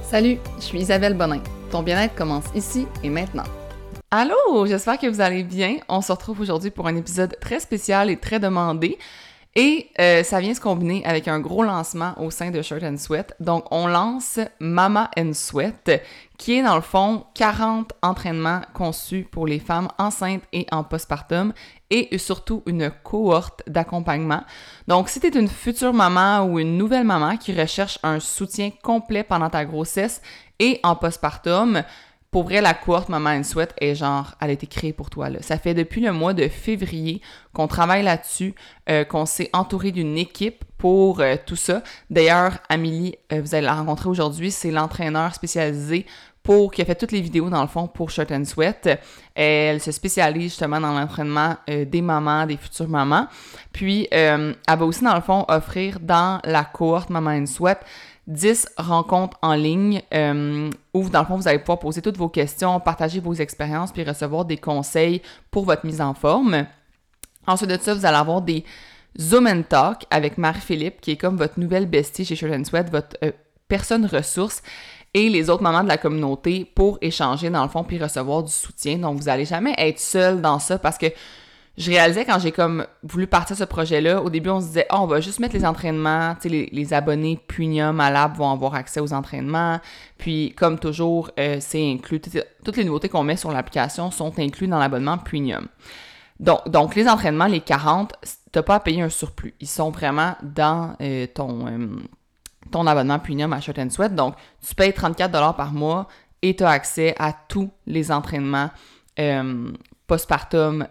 Salut, je suis Isabelle Bonin. Ton bien-être commence ici et maintenant. Allô, j'espère que vous allez bien. On se retrouve aujourd'hui pour un épisode très spécial et très demandé. Et ça vient se combiner avec un gros lancement au sein de Shirt & Sweat. Donc, on lance Mama & Sweat, qui est dans le fond 40 entraînements conçus pour les femmes enceintes et en postpartum, et surtout une cohorte d'accompagnement. Donc, si tu es une future maman ou une nouvelle maman qui recherche un soutien complet pendant ta grossesse et en postpartum, pour vrai, la cohorte Mama & Sweat est genre, elle a été créée pour toi, là. Ça fait depuis le mois de février qu'on travaille là-dessus, qu'on s'est entouré d'une équipe pour tout ça. D'ailleurs, Amélie, vous allez la rencontrer aujourd'hui, c'est l'entraîneur spécialisé qui a fait toutes les vidéos, dans le fond, pour Shirt & Sweat. Elle se spécialise justement dans l'entraînement des mamans, des futures mamans. Puis, elle va aussi, dans le fond, offrir dans la cohorte Mama & Sweat 10 rencontres en ligne où, dans le fond, vous allez pouvoir poser toutes vos questions, partager vos expériences, puis recevoir des conseils pour votre mise en forme. Ensuite de ça, vous allez avoir des Zoom & Talk avec Marie-Philippe, qui est comme votre nouvelle bestie chez Shirt & Sweat, votre personne ressource, et les autres mamans de la communauté pour échanger, dans le fond, puis recevoir du soutien. Donc, vous n'allez jamais être seul dans ça parce que je réalisais quand j'ai comme voulu partir ce projet-là, au début, on se disait « on va juste mettre les entraînements, tu sais, les abonnés Premium à l'app vont avoir accès aux entraînements. » Puis, comme toujours, c'est inclus. Toutes les nouveautés qu'on met sur l'application sont incluses dans l'abonnement Premium. Donc les entraînements, les 40, t'as pas à payer un surplus. Ils sont vraiment dans ton abonnement Premium à Shirt & Sweat. Donc, tu payes 34$ par mois et tu as accès à tous les entraînements postpartum.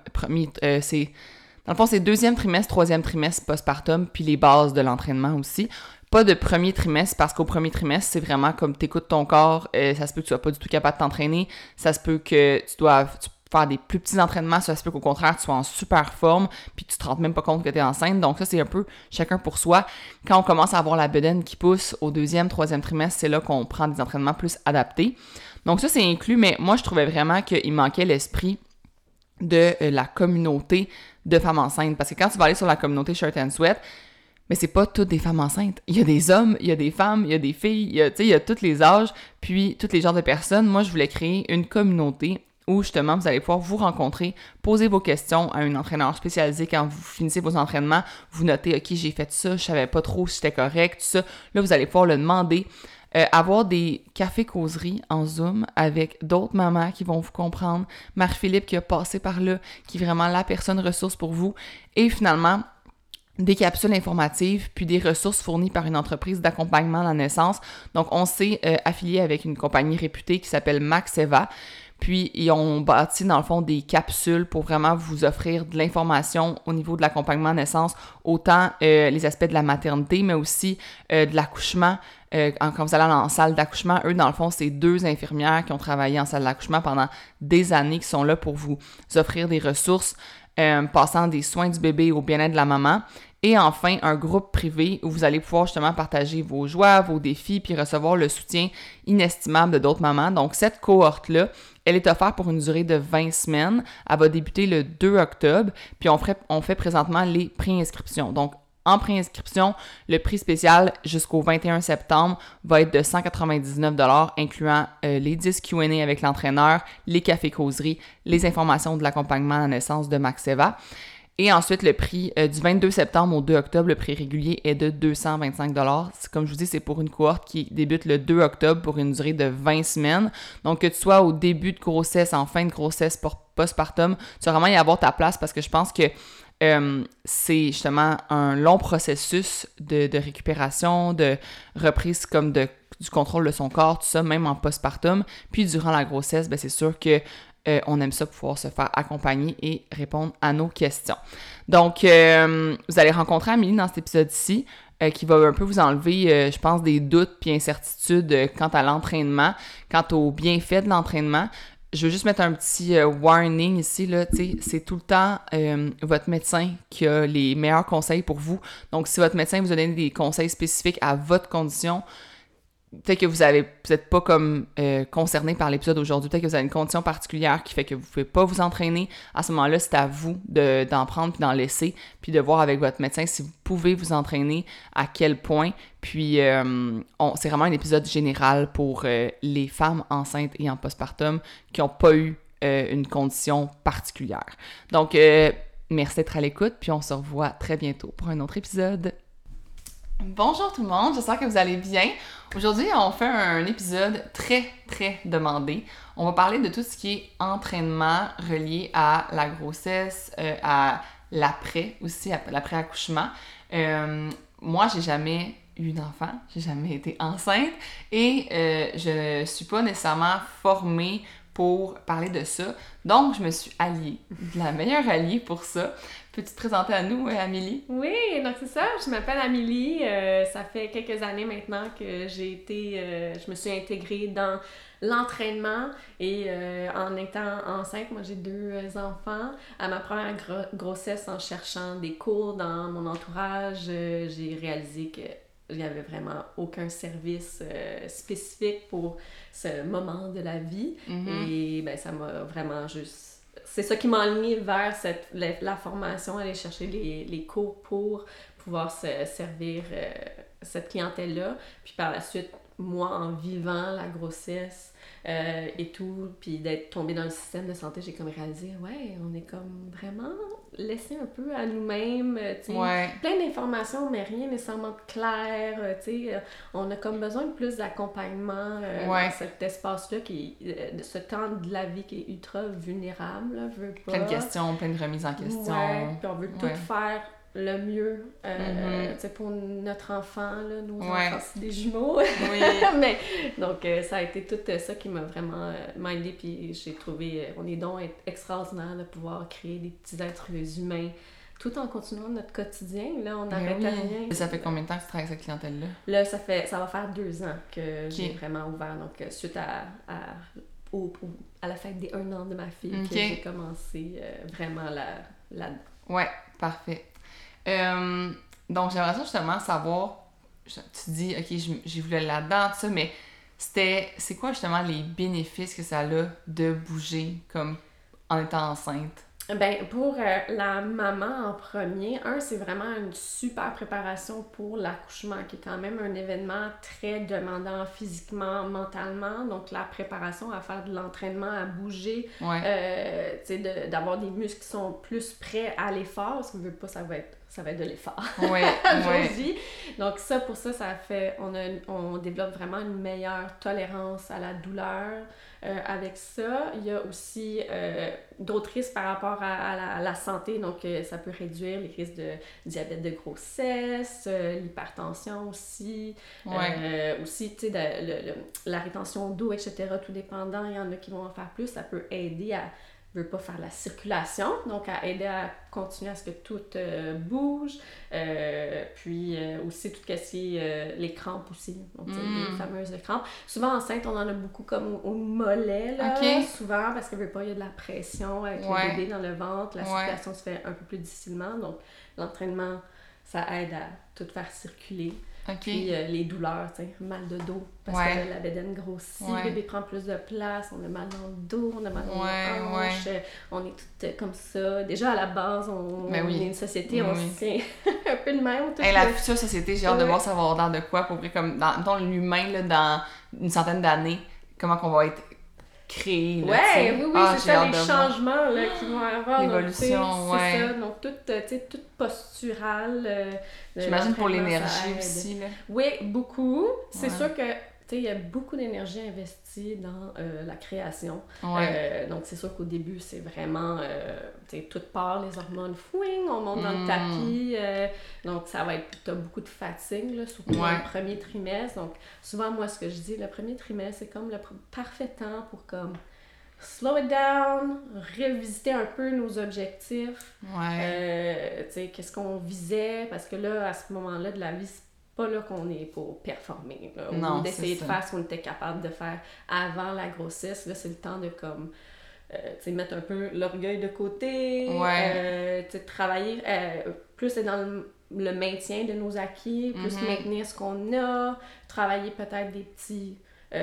Dans le fond, c'est deuxième trimestre, troisième trimestre postpartum, puis les bases de l'entraînement aussi. Pas de premier trimestre, parce qu'au premier trimestre, c'est vraiment comme t'écoutes ton corps, ça se peut que tu sois pas du tout capable de t'entraîner, ça se peut que tu faire des plus petits entraînements, ça se peut qu'au contraire, tu sois en super forme, puis tu te rends même pas compte que tu es enceinte. Donc ça, c'est un peu chacun pour soi. Quand on commence à avoir la bedaine qui pousse au deuxième, troisième trimestre, c'est là qu'on prend des entraînements plus adaptés. Donc ça, c'est inclus, mais moi, je trouvais vraiment qu'il manquait l'esprit de la communauté de femmes enceintes. Parce que quand tu vas aller sur la communauté Shirt & Sweat, mais c'est pas toutes des femmes enceintes. Il y a des hommes, il y a des femmes, il y a des filles, il y a tous les âges, puis tous les genres de personnes. Moi, je voulais créer une communauté où justement vous allez pouvoir vous rencontrer, poser vos questions à un entraîneur spécialisé quand vous finissez vos entraînements, vous notez « OK, j'ai fait ça, je savais pas trop si c'était correct », tout ça. Là, vous allez pouvoir le demander. Avoir des cafés-causeries en Zoom avec d'autres mamans qui vont vous comprendre. Marie-Philippe qui a passé par là, qui est vraiment la personne ressource pour vous. Et finalement, des capsules informatives, puis des ressources fournies par une entreprise d'accompagnement à la naissance. Donc, on s'est affilié avec une compagnie réputée qui s'appelle Maxeva. Puis, ils ont bâti, dans le fond, des capsules pour vraiment vous offrir de l'information au niveau de l'accompagnement à naissance, autant les aspects de la maternité, mais aussi de l'accouchement. Quand vous allez en salle d'accouchement, eux, dans le fond, c'est 2 infirmières qui ont travaillé en salle d'accouchement pendant des années, qui sont là pour vous offrir des ressources, passant des soins du bébé au bien-être de la maman. Et enfin, un groupe privé où vous allez pouvoir justement partager vos joies, vos défis, puis recevoir le soutien inestimable de d'autres mamans. Donc, cette cohorte-là, elle est offerte pour une durée de 20 semaines. Elle va débuter le 2 octobre, puis on fait présentement les préinscriptions. Donc, en préinscription, le prix spécial jusqu'au 21 septembre va être de 199$, incluant les 10 Q&A avec l'entraîneur, les cafés-causeries, les informations de l'accompagnement à la naissance de Maxeva. Et ensuite, le prix du 22 septembre au 2 octobre, le prix régulier est de 225$. Comme je vous dis, c'est pour une cohorte qui débute le 2 octobre pour une durée de 20 semaines. Donc, que tu sois au début de grossesse, en fin de grossesse, postpartum, tu vas vraiment y avoir ta place parce que je pense que c'est justement un long processus de récupération, de reprise comme du contrôle de son corps, tout ça, même en postpartum. Puis, durant la grossesse, c'est sûr que on aime ça pouvoir se faire accompagner et répondre à nos questions. Donc, vous allez rencontrer Amélie dans cet épisode-ci qui va un peu vous enlever, je pense, des doutes puis incertitudes quant à l'entraînement, quant aux bienfaits de l'entraînement. Je veux juste mettre un petit warning ici, là, tu sais, c'est tout le temps votre médecin qui a les meilleurs conseils pour vous. Donc, si votre médecin vous donne des conseils spécifiques à votre condition, peut-être que vous êtes pas comme concerné par l'épisode d'aujourd'hui, peut-être que vous avez une condition particulière qui fait que vous pouvez pas vous entraîner. À ce moment-là, c'est à vous d'en prendre puis d'en laisser, puis de voir avec votre médecin si vous pouvez vous entraîner, à quel point. Puis c'est vraiment un épisode général pour les femmes enceintes et en postpartum qui n'ont pas eu une condition particulière. Donc, merci d'être à l'écoute, puis on se revoit très bientôt pour un autre épisode. Bonjour tout le monde, j'espère que vous allez bien. Aujourd'hui, on fait un épisode très, très demandé. On va parler de tout ce qui est entraînement relié à la grossesse, à l'après aussi, à l'après-accouchement. Moi, j'ai jamais eu d'enfant, j'ai jamais été enceinte et je suis pas nécessairement formée pour parler de ça. Donc, je me suis alliée, la meilleure alliée pour ça. Peux-tu te présenter à nous, Amélie? Oui, donc c'est ça, je m'appelle Amélie. Ça fait quelques années maintenant que je me suis intégrée dans l'entraînement et en étant enceinte, moi j'ai 2 enfants. À ma première grossesse, en cherchant des cours dans mon entourage, j'ai réalisé que il n'y avait vraiment aucun service spécifique pour ce moment de la vie. Mm-hmm. Et ben, ça m'a vraiment juste... C'est ça qui m'a alignée vers la formation, aller chercher les cours pour pouvoir se servir cette clientèle-là. Puis par la suite, moi, en vivant la grossesse et tout, puis d'être tombée dans le système de santé, j'ai comme réalisé, ouais, on est comme vraiment laissé un peu à nous-mêmes, tu sais, Ouais. plein d'informations, mais rien nécessairement de clair, tu sais, on a comme besoin de plus d'accompagnement Ouais. dans cet espace-là, de ce temps de la vie qui est ultra vulnérable, là, veut pas. Plein de questions, plein de remises en question. Ouais, puis on veut tout Ouais. faire le mieux, Mm-hmm. tu sais, pour notre enfant, là, nos Ouais. enfants, c'est des jumeaux. Oui. Mais, donc, ça a été tout ça qui m'a vraiment mindé, puis j'ai trouvé, on est donc extraordinaire de pouvoir créer des petits êtres humains tout en continuant notre quotidien. Là, on n'arrête rien. Ça fait combien de temps que tu travailles avec cette clientèle-là? Là, ça va faire 2 ans que j'ai vraiment ouvert, donc suite à la fête des 1 an de ma fille, que j'ai commencé vraiment là-dedans. Ouais, parfait. Donc, j'aimerais ça justement savoir, tu dis, OK, j'ai voulu aller là-dedans, tout ça, mais c'est quoi justement les bénéfices que ça a de bouger comme en étant enceinte? Ben, pour la maman en premier, c'est vraiment une super préparation pour l'accouchement, qui est quand même un événement très demandant physiquement, mentalement. Donc, la préparation à faire de l'entraînement, à bouger, Ouais. tu sais, d'avoir des muscles qui sont plus prêts à l'effort, parce qu'on veut pas, ça va être de l'effort. Ouais, aujourd'hui. Donc pour ça fait, on développe vraiment une meilleure tolérance à la douleur avec ça. Il y a aussi d'autres risques par rapport à la santé, donc ça peut réduire les risques de diabète de grossesse, l'hypertension aussi, aussi, tu sais, la rétention d'eau, etc., tout dépendant, il y en a qui vont en faire plus, ça peut aider à veut pas faire la circulation, donc à aider à continuer à ce que tout bouge, puis aussi tout ce qui est les crampes aussi, donc les fameuses crampes. Souvent enceinte, on en a beaucoup comme au mollet, là, souvent, parce que veut pas, il y a de la pression avec le bébé dans le ventre, la circulation se fait un peu plus difficilement, donc l'entraînement, ça aide à tout faire circuler. Puis les douleurs, tu sais, mal de dos, parce que la bédaine grossit, le bébé prend plus de place, on a mal dans le dos, on a mal dans les hanches, on est toutes comme ça. Déjà, à la base, on est une société, on se tient un peu de même. La future société, j'ai hâte de voir ça va avoir dans de quoi, pour vrai, comme dans l'humain, là, dans une centaine d'années, comment qu'on va être créé. Là, oui, c'est ça, les changements là, qui vont avoir. L'évolution, donc, c'est ça, donc tout postural. J'imagine pour l'énergie aussi. Là. Oui, beaucoup. C'est sûr que il y a beaucoup d'énergie investie dans la création. Donc, c'est sûr qu'au début, c'est vraiment tout part, les hormones, fouing, on monte dans le tapis. Donc, ça va être, t'as beaucoup de fatigue, là, surtout dans le premier trimestre. Donc, souvent, moi, ce que je dis, le premier trimestre, c'est comme le parfait temps pour comme slow it down, revisiter un peu nos objectifs. Qu'est-ce qu'on visait, parce que là, à ce moment-là de la vie, c'est pas là qu'on est pour performer, là, ou d'essayer de faire ce qu'on était capable de faire avant la grossesse. Là, c'est le temps de comme mettre un peu l'orgueil de côté, travailler plus dans le maintien de nos acquis, plus maintenir ce qu'on a, travailler peut-être des petits...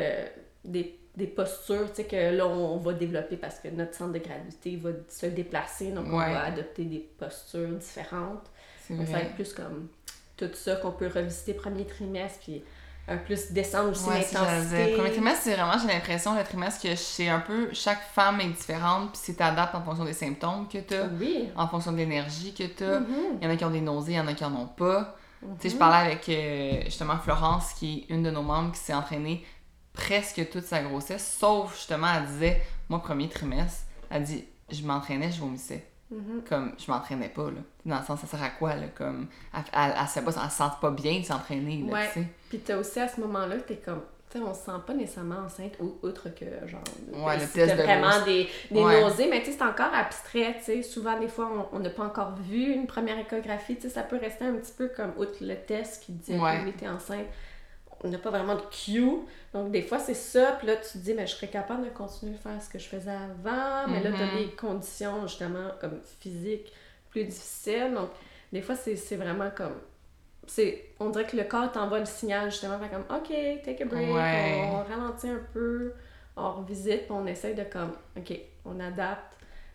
des postures, tu sais, que là, on va développer parce que notre centre de gravité va se déplacer, donc on va adopter des postures différentes. Donc, ça va être plus comme tout ça qu'on peut revisiter premier trimestre, puis plus descendre aussi l'intensité. Le premier trimestre, c'est vraiment, j'ai l'impression, le trimestre que c'est un peu, chaque femme est différente, puis c'est t'adaptes en fonction des symptômes que t'as, en fonction de l'énergie que t'as. Il y en a qui ont des nausées, il y en a qui en ont pas. Tu sais, je parlais avec, justement, Florence, qui est une de nos membres, qui s'est entraînée presque toute sa grossesse, sauf, justement, elle disait, moi, premier trimestre, elle dit, je m'entraînais, je vomissais. Comme, je m'entraînais pas, là. Dans le sens, ça sert à quoi, là? Comme, elle se sent pas bien de s'entraîner, là, tu sais. Puis t'as aussi, à ce moment-là, t'es comme, tu sais, on se sent pas nécessairement enceinte, outre que, genre, le test de vraiment des nausées, mais tu sais, c'est encore abstrait, tu sais. Souvent, des fois, on n'a pas encore vu une première échographie, tu sais, ça peut rester un petit peu comme, outre le test qui dit, oui, t'es enceinte. On n'a pas vraiment de cue. Donc, des fois, c'est ça. Puis là, tu te dis, mais je serais capable de continuer de faire ce que je faisais avant. Mais là, tu as des conditions, justement, comme physiques, plus difficiles. Donc, des fois, c'est vraiment comme... On dirait que le corps t'envoie le signal, justement, fait comme, OK, take a break, on ralentit un peu, on revisite, puis on essaye de comme, OK, on adapte.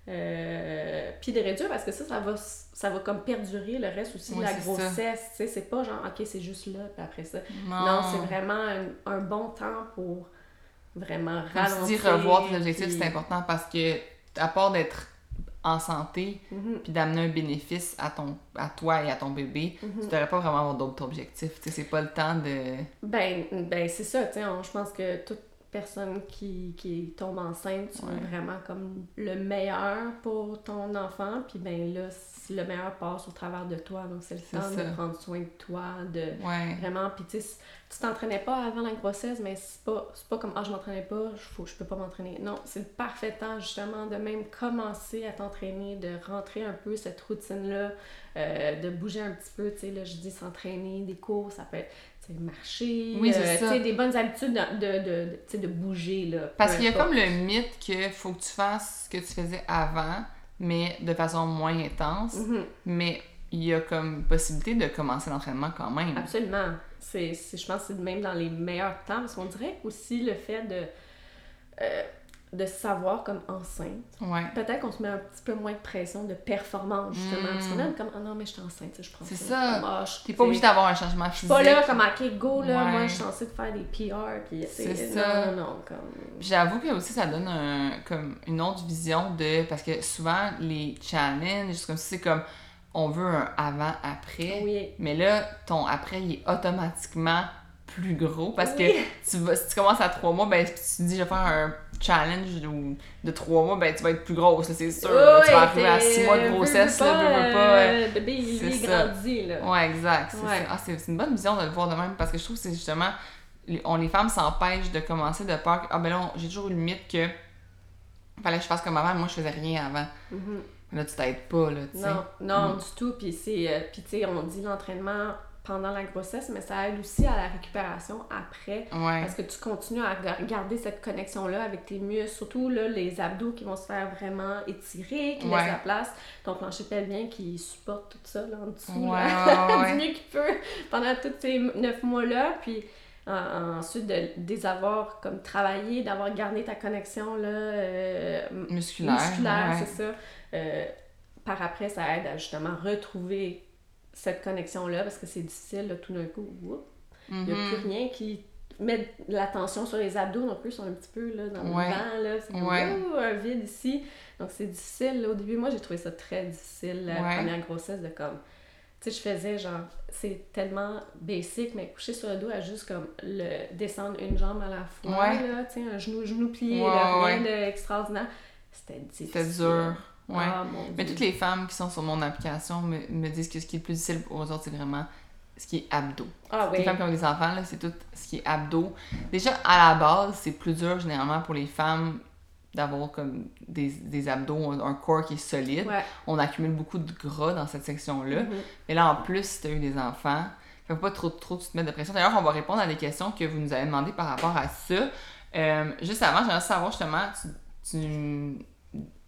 Puis de réduire, parce que ça va comme perdurer le reste aussi de la grossesse, tu sais, c'est pas genre ok c'est juste là puis après ça, non c'est vraiment un bon temps pour vraiment ralentir. Tu dis revoir tes objectifs, c'est important parce que à part d'être en santé puis d'amener un bénéfice à toi et à ton bébé, tu devrais pas vraiment avoir d'autres objectifs, tu sais, c'est pas le temps de... Ben c'est ça, tu sais, je pense que toute personne qui tombe enceinte sont vraiment comme le meilleur pour ton enfant, puis ben là, le meilleur passe au travers de toi, donc c'est le temps de prendre soin de toi, de vraiment, puis tu sais, tu t'entraînais pas avant la grossesse, mais c'est pas comme, je m'entraînais pas, je peux pas m'entraîner. Non, c'est le parfait temps, justement, de même commencer à t'entraîner, de rentrer un peu cette routine-là, de bouger un petit peu, tu sais, là, je dis s'entraîner, des cours, ça peut être marcher, des bonnes habitudes de bouger. Là, parce qu'il y a comme le mythe qu'il faut que tu fasses ce que tu faisais avant, mais de façon moins intense. Mais il y a comme possibilité de commencer l'entraînement quand même. Absolument. Je pense que c'est même dans les meilleurs temps, parce qu'on dirait aussi le fait de savoir comme enceinte. Peut-être qu'on se met un petit peu moins de pression de performance, justement. Parce qu'on aime comme, non, mais je suis enceinte, je prends ça. C'est ça. T'es pas obligé d'avoir un changement physique. Pas là, comme, OK, go, là, moi, je suis censée de faire des PR, puis c'est ça. Non, comme... J'avoue que aussi, ça donne comme une autre vision de... Parce que souvent, les challenges, comme ça, c'est comme, on veut un avant-après, mais là, ton après, il est automatiquement plus gros, parce que si tu commences à 3 mois, ben, si tu te dis, je vais faire un challenge de 3 mois, ben, tu vas être plus grosse, c'est sûr. Tu vas arriver à 6 mois de grossesse, le bébé, il est grandi, là. Ouais, exact. C'est une bonne vision de le voir de même, parce que je trouve que c'est justement, les femmes s'empêchent de commencer de peur que, ben là, j'ai toujours eu le mythe que fallait que je fasse comme avant, moi, je faisais rien avant. Là, tu t'aides pas, là, tu sais. Non, du tout. Puis tu sais, on dit l'entraînement pendant la grossesse, mais ça aide aussi à la récupération après. Parce que tu continues à garder cette connexion-là avec tes muscles, surtout là, les abdos qui vont se faire vraiment étirer, qui laissent la place. Ton plancher pelvien qui supporte tout ça là, en dessous, là, du mieux qu'il peut pendant tous ces 9 mois-là. Puis ensuite, des avoir comme travaillé, d'avoir gardé ta connexion là, musculaire, c'est ça. Par après, ça aide à justement retrouver cette connexion-là, parce que c'est difficile, là, tout d'un coup, il n'y a plus rien qui met l'attention sur les abdos, non plus, ils sont un petit peu là, dans le vent, là, c'est comme un vide ici, donc c'est difficile, là. Au début, moi j'ai trouvé ça très difficile, la première grossesse, de comme, tu sais, je faisais genre, c'est tellement basic, mais coucher sur le dos à juste comme descendre une jambe à la fois, là, tu sais, un genou plié, là, rien d'extraordinaire, c'était difficile. C'était dur. Mais toutes les femmes qui sont sur mon application me disent que ce qui est le plus difficile pour eux autres, c'est vraiment ce qui est abdos. Les femmes qui ont des enfants, là, c'est tout ce qui est abdos. Déjà, à la base, c'est plus dur généralement pour les femmes d'avoir comme des abdos, un corps qui est solide. On accumule beaucoup de gras dans cette section-là. Mais là, en plus, si tu as eu des enfants, il ne faut pas trop te mettre de pression. D'ailleurs, on va répondre à des questions que vous nous avez demandées par rapport à ça. Juste avant, j'aimerais savoir justement,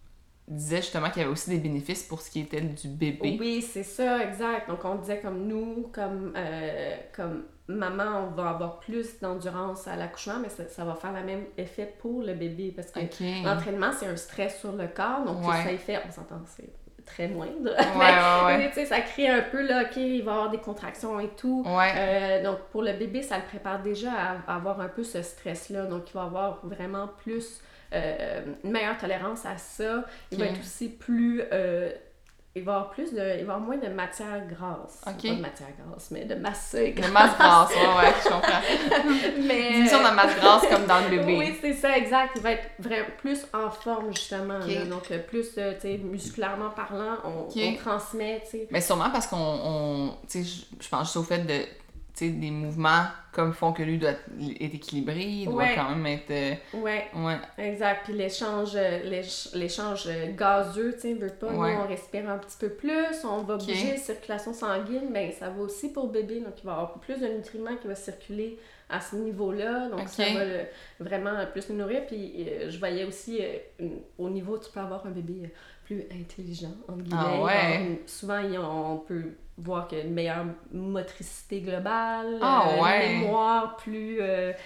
disais justement qu'il y avait aussi des bénéfices pour ce qui était du bébé. Oui, c'est ça, exact. Donc, on disait comme nous, comme maman, on va avoir plus d'endurance à l'accouchement, mais ça va faire le même effet pour le bébé parce que l'entraînement, c'est un stress sur le corps, donc ça effet, on s'entend, c'est très moindre. Mais tu sais, ça crée un peu, là, OK, il va y avoir des contractions et tout. Donc, pour le bébé, ça le prépare déjà à avoir un peu ce stress-là. Donc, il va avoir vraiment plus, une meilleure tolérance à ça. Il va être aussi plus... il va avoir moins de matière grasse. Pas de matière grasse, mais de masse grasse. De masse grasse, je comprends. Diminution de la masse grasse comme dans le bébé. Oui, c'est ça, exact. Il va être vraiment plus en forme, justement. Là. Donc, plus, tu sais, musculairement parlant, on transmet, tu sais. Mais sûrement parce qu'on tu sais, je pense juste au fait de, tu sais, des mouvements comme font que lui doit être équilibré, il doit quand même être... exact. Puis l'échange gazeux, tu sais, veut pas, nous, on respire un petit peu plus, on va bouger, circulation sanguine, mais ça va aussi pour le bébé, donc il va y avoir plus de nutriments qui vont circuler à ce niveau-là, donc ça va vraiment plus le nourrir. Puis je voyais aussi, au niveau, tu peux avoir un bébé plus intelligent, entre guillemets. Souvent, on peut voir qu'il y a une meilleure motricité globale, une mémoire plus...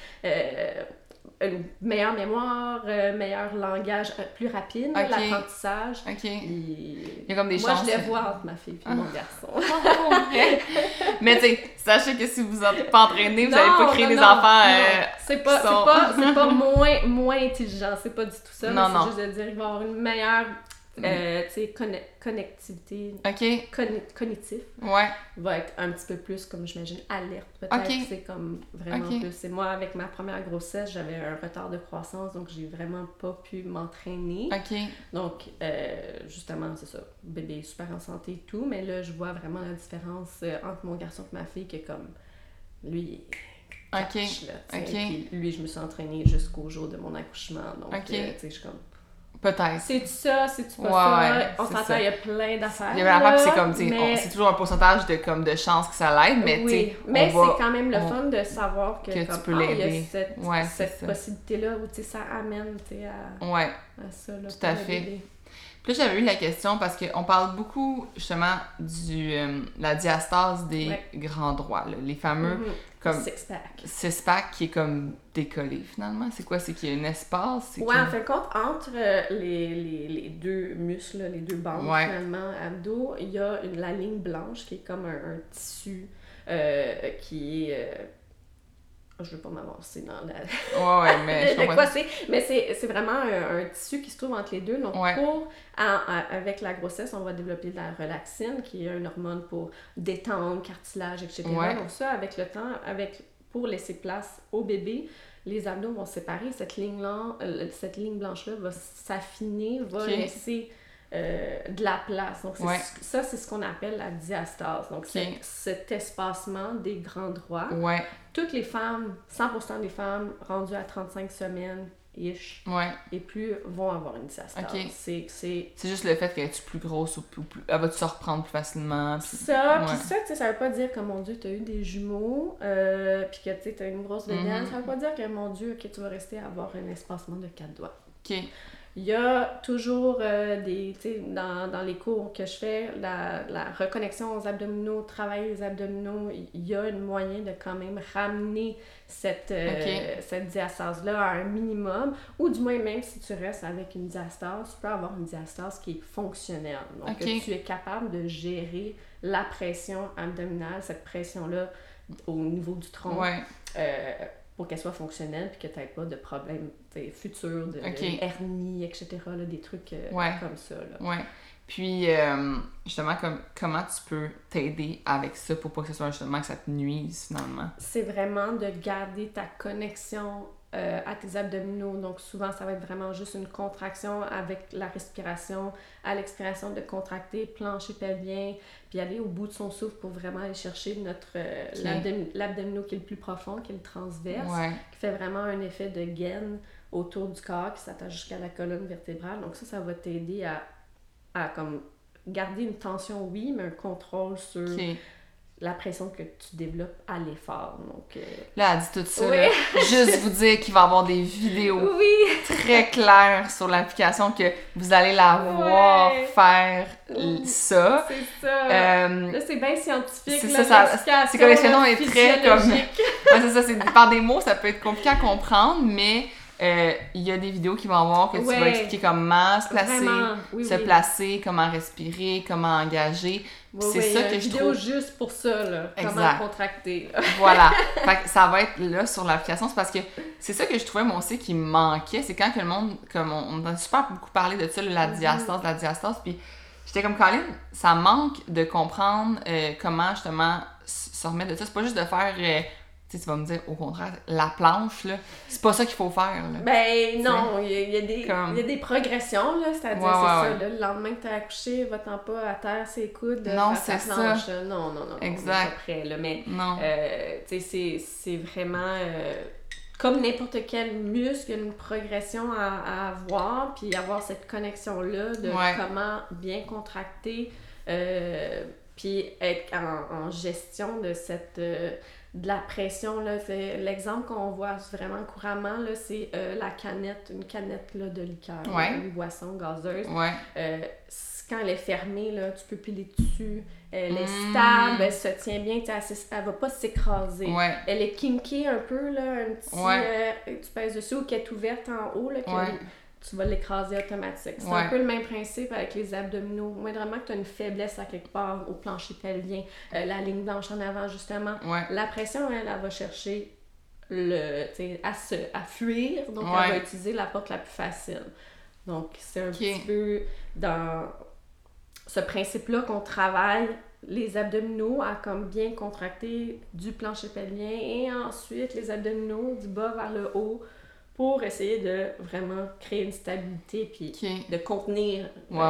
une meilleure mémoire, meilleur langage, plus rapide, l'apprentissage. Il y a comme des chances. Moi, je les vois entre ma fille et mon garçon. Mais tu sais, sachez que si vous n'êtes pas entraîné, vous n'allez pas créer des enfants c'est pas moins intelligent, c'est pas du tout ça. C'est juste de dire qu'il va avoir une meilleure connectivité cognitif va être un petit peu plus, comme j'imagine, alerte peut-être. C'est comme vraiment plus. C'est moi, avec ma première grossesse, j'avais un retard de croissance, donc j'ai vraiment pas pu m'entraîner. Donc, justement, c'est ça. Bébé est super en santé et tout, mais là, je vois vraiment la différence entre mon garçon et ma fille, qui est comme, lui, catch, là, puis lui, je me suis entraînée jusqu'au jour de mon accouchement, donc, tu sais, je suis comme... Peut-être. C'est-tu ça? C'est-tu pas ça? On s'entend, il y a plein d'affaires. Il y a plein d'affaires, puis c'est comme, c'est toujours un pourcentage de chances que ça l'aide, mais tu sais. Mais c'est quand même le fun de savoir que tu peux l'aider. Il y a cette possibilité-là où, tu sais, ça amène, tu sais, à ça. Là, tout à fait. Puis là, j'avais eu la question parce qu'on parle beaucoup, justement, la diastase des grands droits, là, les fameux... Comme six-pack qui est comme décollé finalement. C'est quoi? C'est qu'il y a un espace? En fin de compte, entre les deux muscles, les deux bandes finalement, abdos, il y a la ligne blanche qui est comme un tissu qui est... je veux pas m'avancer dans la... mais je comprends. Quoi c'est. Mais c'est vraiment un tissu qui se trouve entre les deux. Donc, avec la grossesse, on va développer de la relaxine, qui est une hormone pour détendre, cartilage, etc. Donc ça, avec le temps, pour laisser place au bébé, les abdos vont se séparer. Cette ligne blanche-là va s'affiner, va laisser... de la place. Donc, ça, c'est ce qu'on appelle la diastase. Donc, c'est cet espacement des grands droits. Toutes les femmes, 100% des femmes rendues à 35 semaines-ish et plus vont avoir une diastase. C'est juste le fait qu'elle est plus grosse ou plus... Elle va se reprendre plus facilement. Puis ça, tu sais, ça veut pas dire que, mon Dieu, t'as eu des jumeaux puis que, tu sais, t'as une grosse bédaine. Ça veut pas dire que, mon Dieu, que tu vas rester à avoir un espacement de 4 doigts. Il y a toujours tu sais, dans les cours que je fais, la reconnexion aux abdominaux, travailler les abdominaux, il y a un moyen de quand même ramener cette diastase-là à un minimum, ou du moins, même si tu restes avec une diastase, tu peux avoir une diastase qui est fonctionnelle. Donc, tu es capable de gérer la pression abdominale, cette pression-là au niveau du tronc. Pour qu'elle soit fonctionnelle puis que tu n'aies pas de problèmes futurs, de hernie, etc., là, des trucs comme ça. Là. Puis, justement, comment tu peux t'aider avec ça pour pas que ce soit justement que ça te nuise, finalement? C'est vraiment de garder ta connexion à tes abdominaux. Donc, souvent, ça va être vraiment juste une contraction avec la respiration, à l'expiration de contracter, plancher pelvien, puis aller au bout de son souffle pour vraiment aller chercher l'abdominaux qui est le plus profond, qui est le transverse, qui fait vraiment un effet de gaine autour du corps, qui s'attache jusqu'à la colonne vertébrale. Donc ça va t'aider à comme garder une tension, oui, mais un contrôle sur... la pression que tu développes à l'effort. Donc, là, elle dit tout ça. Là, juste vous dire qu'il va y avoir des vidéos très clair sur l'application que vous allez la voir faire ça. C'est ça. Là, c'est bien scientifique. C'est là, ça. C'est que l'explication est très comme... Ouais, c'est ça. Par des mots, ça peut être compliqué à comprendre, mais il y a des vidéos qui vont avoir que tu vas expliquer comment se placer, placer, comment respirer, comment engager. C'est ça que je trouve... Une vidéo juste pour ça, là. Comment contracter. Voilà. Fait que ça va être là sur l'application. C'est parce que c'est ça que je trouvais, moi aussi, qui me manquait. C'est quand que le monde... Comme on a super beaucoup parlé de ça, la diastase. Puis j'étais comme, Colin, ça manque de comprendre comment, justement, se remettre de ça. C'est pas juste de faire... tu vas me dire, au contraire, la planche, là, c'est pas ça qu'il faut faire, là. Ben non, il y a des progressions, là, c'est-à-dire, ça, là, le lendemain que t'as accouché, va-t'en pas à terre, ses coudes, non, c'est ça. Planche. Non, exact. On est pas prêt, là, mais, tu sais, c'est vraiment... comme n'importe quel muscle, il y a une progression à avoir, puis avoir cette connexion-là de comment bien contracter, puis être en gestion de cette... de la pression, là, c'est l'exemple qu'on voit vraiment couramment, là, c'est une canette là, de liqueur, une boisson gazeuse. Quand elle est fermée, là, tu peux piler dessus, elle est stable, elle se tient bien, elle va pas s'écraser. Elle est kinky un peu, là, un petit... tu pèses dessus ou qu'elle est ouverte en haut, là, tu vas l'écraser automatique. C'est un peu le même principe avec les abdominaux. Moindrement que tu as une faiblesse à quelque part au plancher pelvien, la ligne blanche en avant, justement, la pression, elle va chercher à fuir, donc elle va utiliser la porte la plus facile. Donc, c'est un petit peu dans ce principe-là qu'on travaille les abdominaux à comme bien contracter du plancher pelvien et ensuite les abdominaux du bas vers le haut pour essayer de vraiment créer une stabilité puis de contenir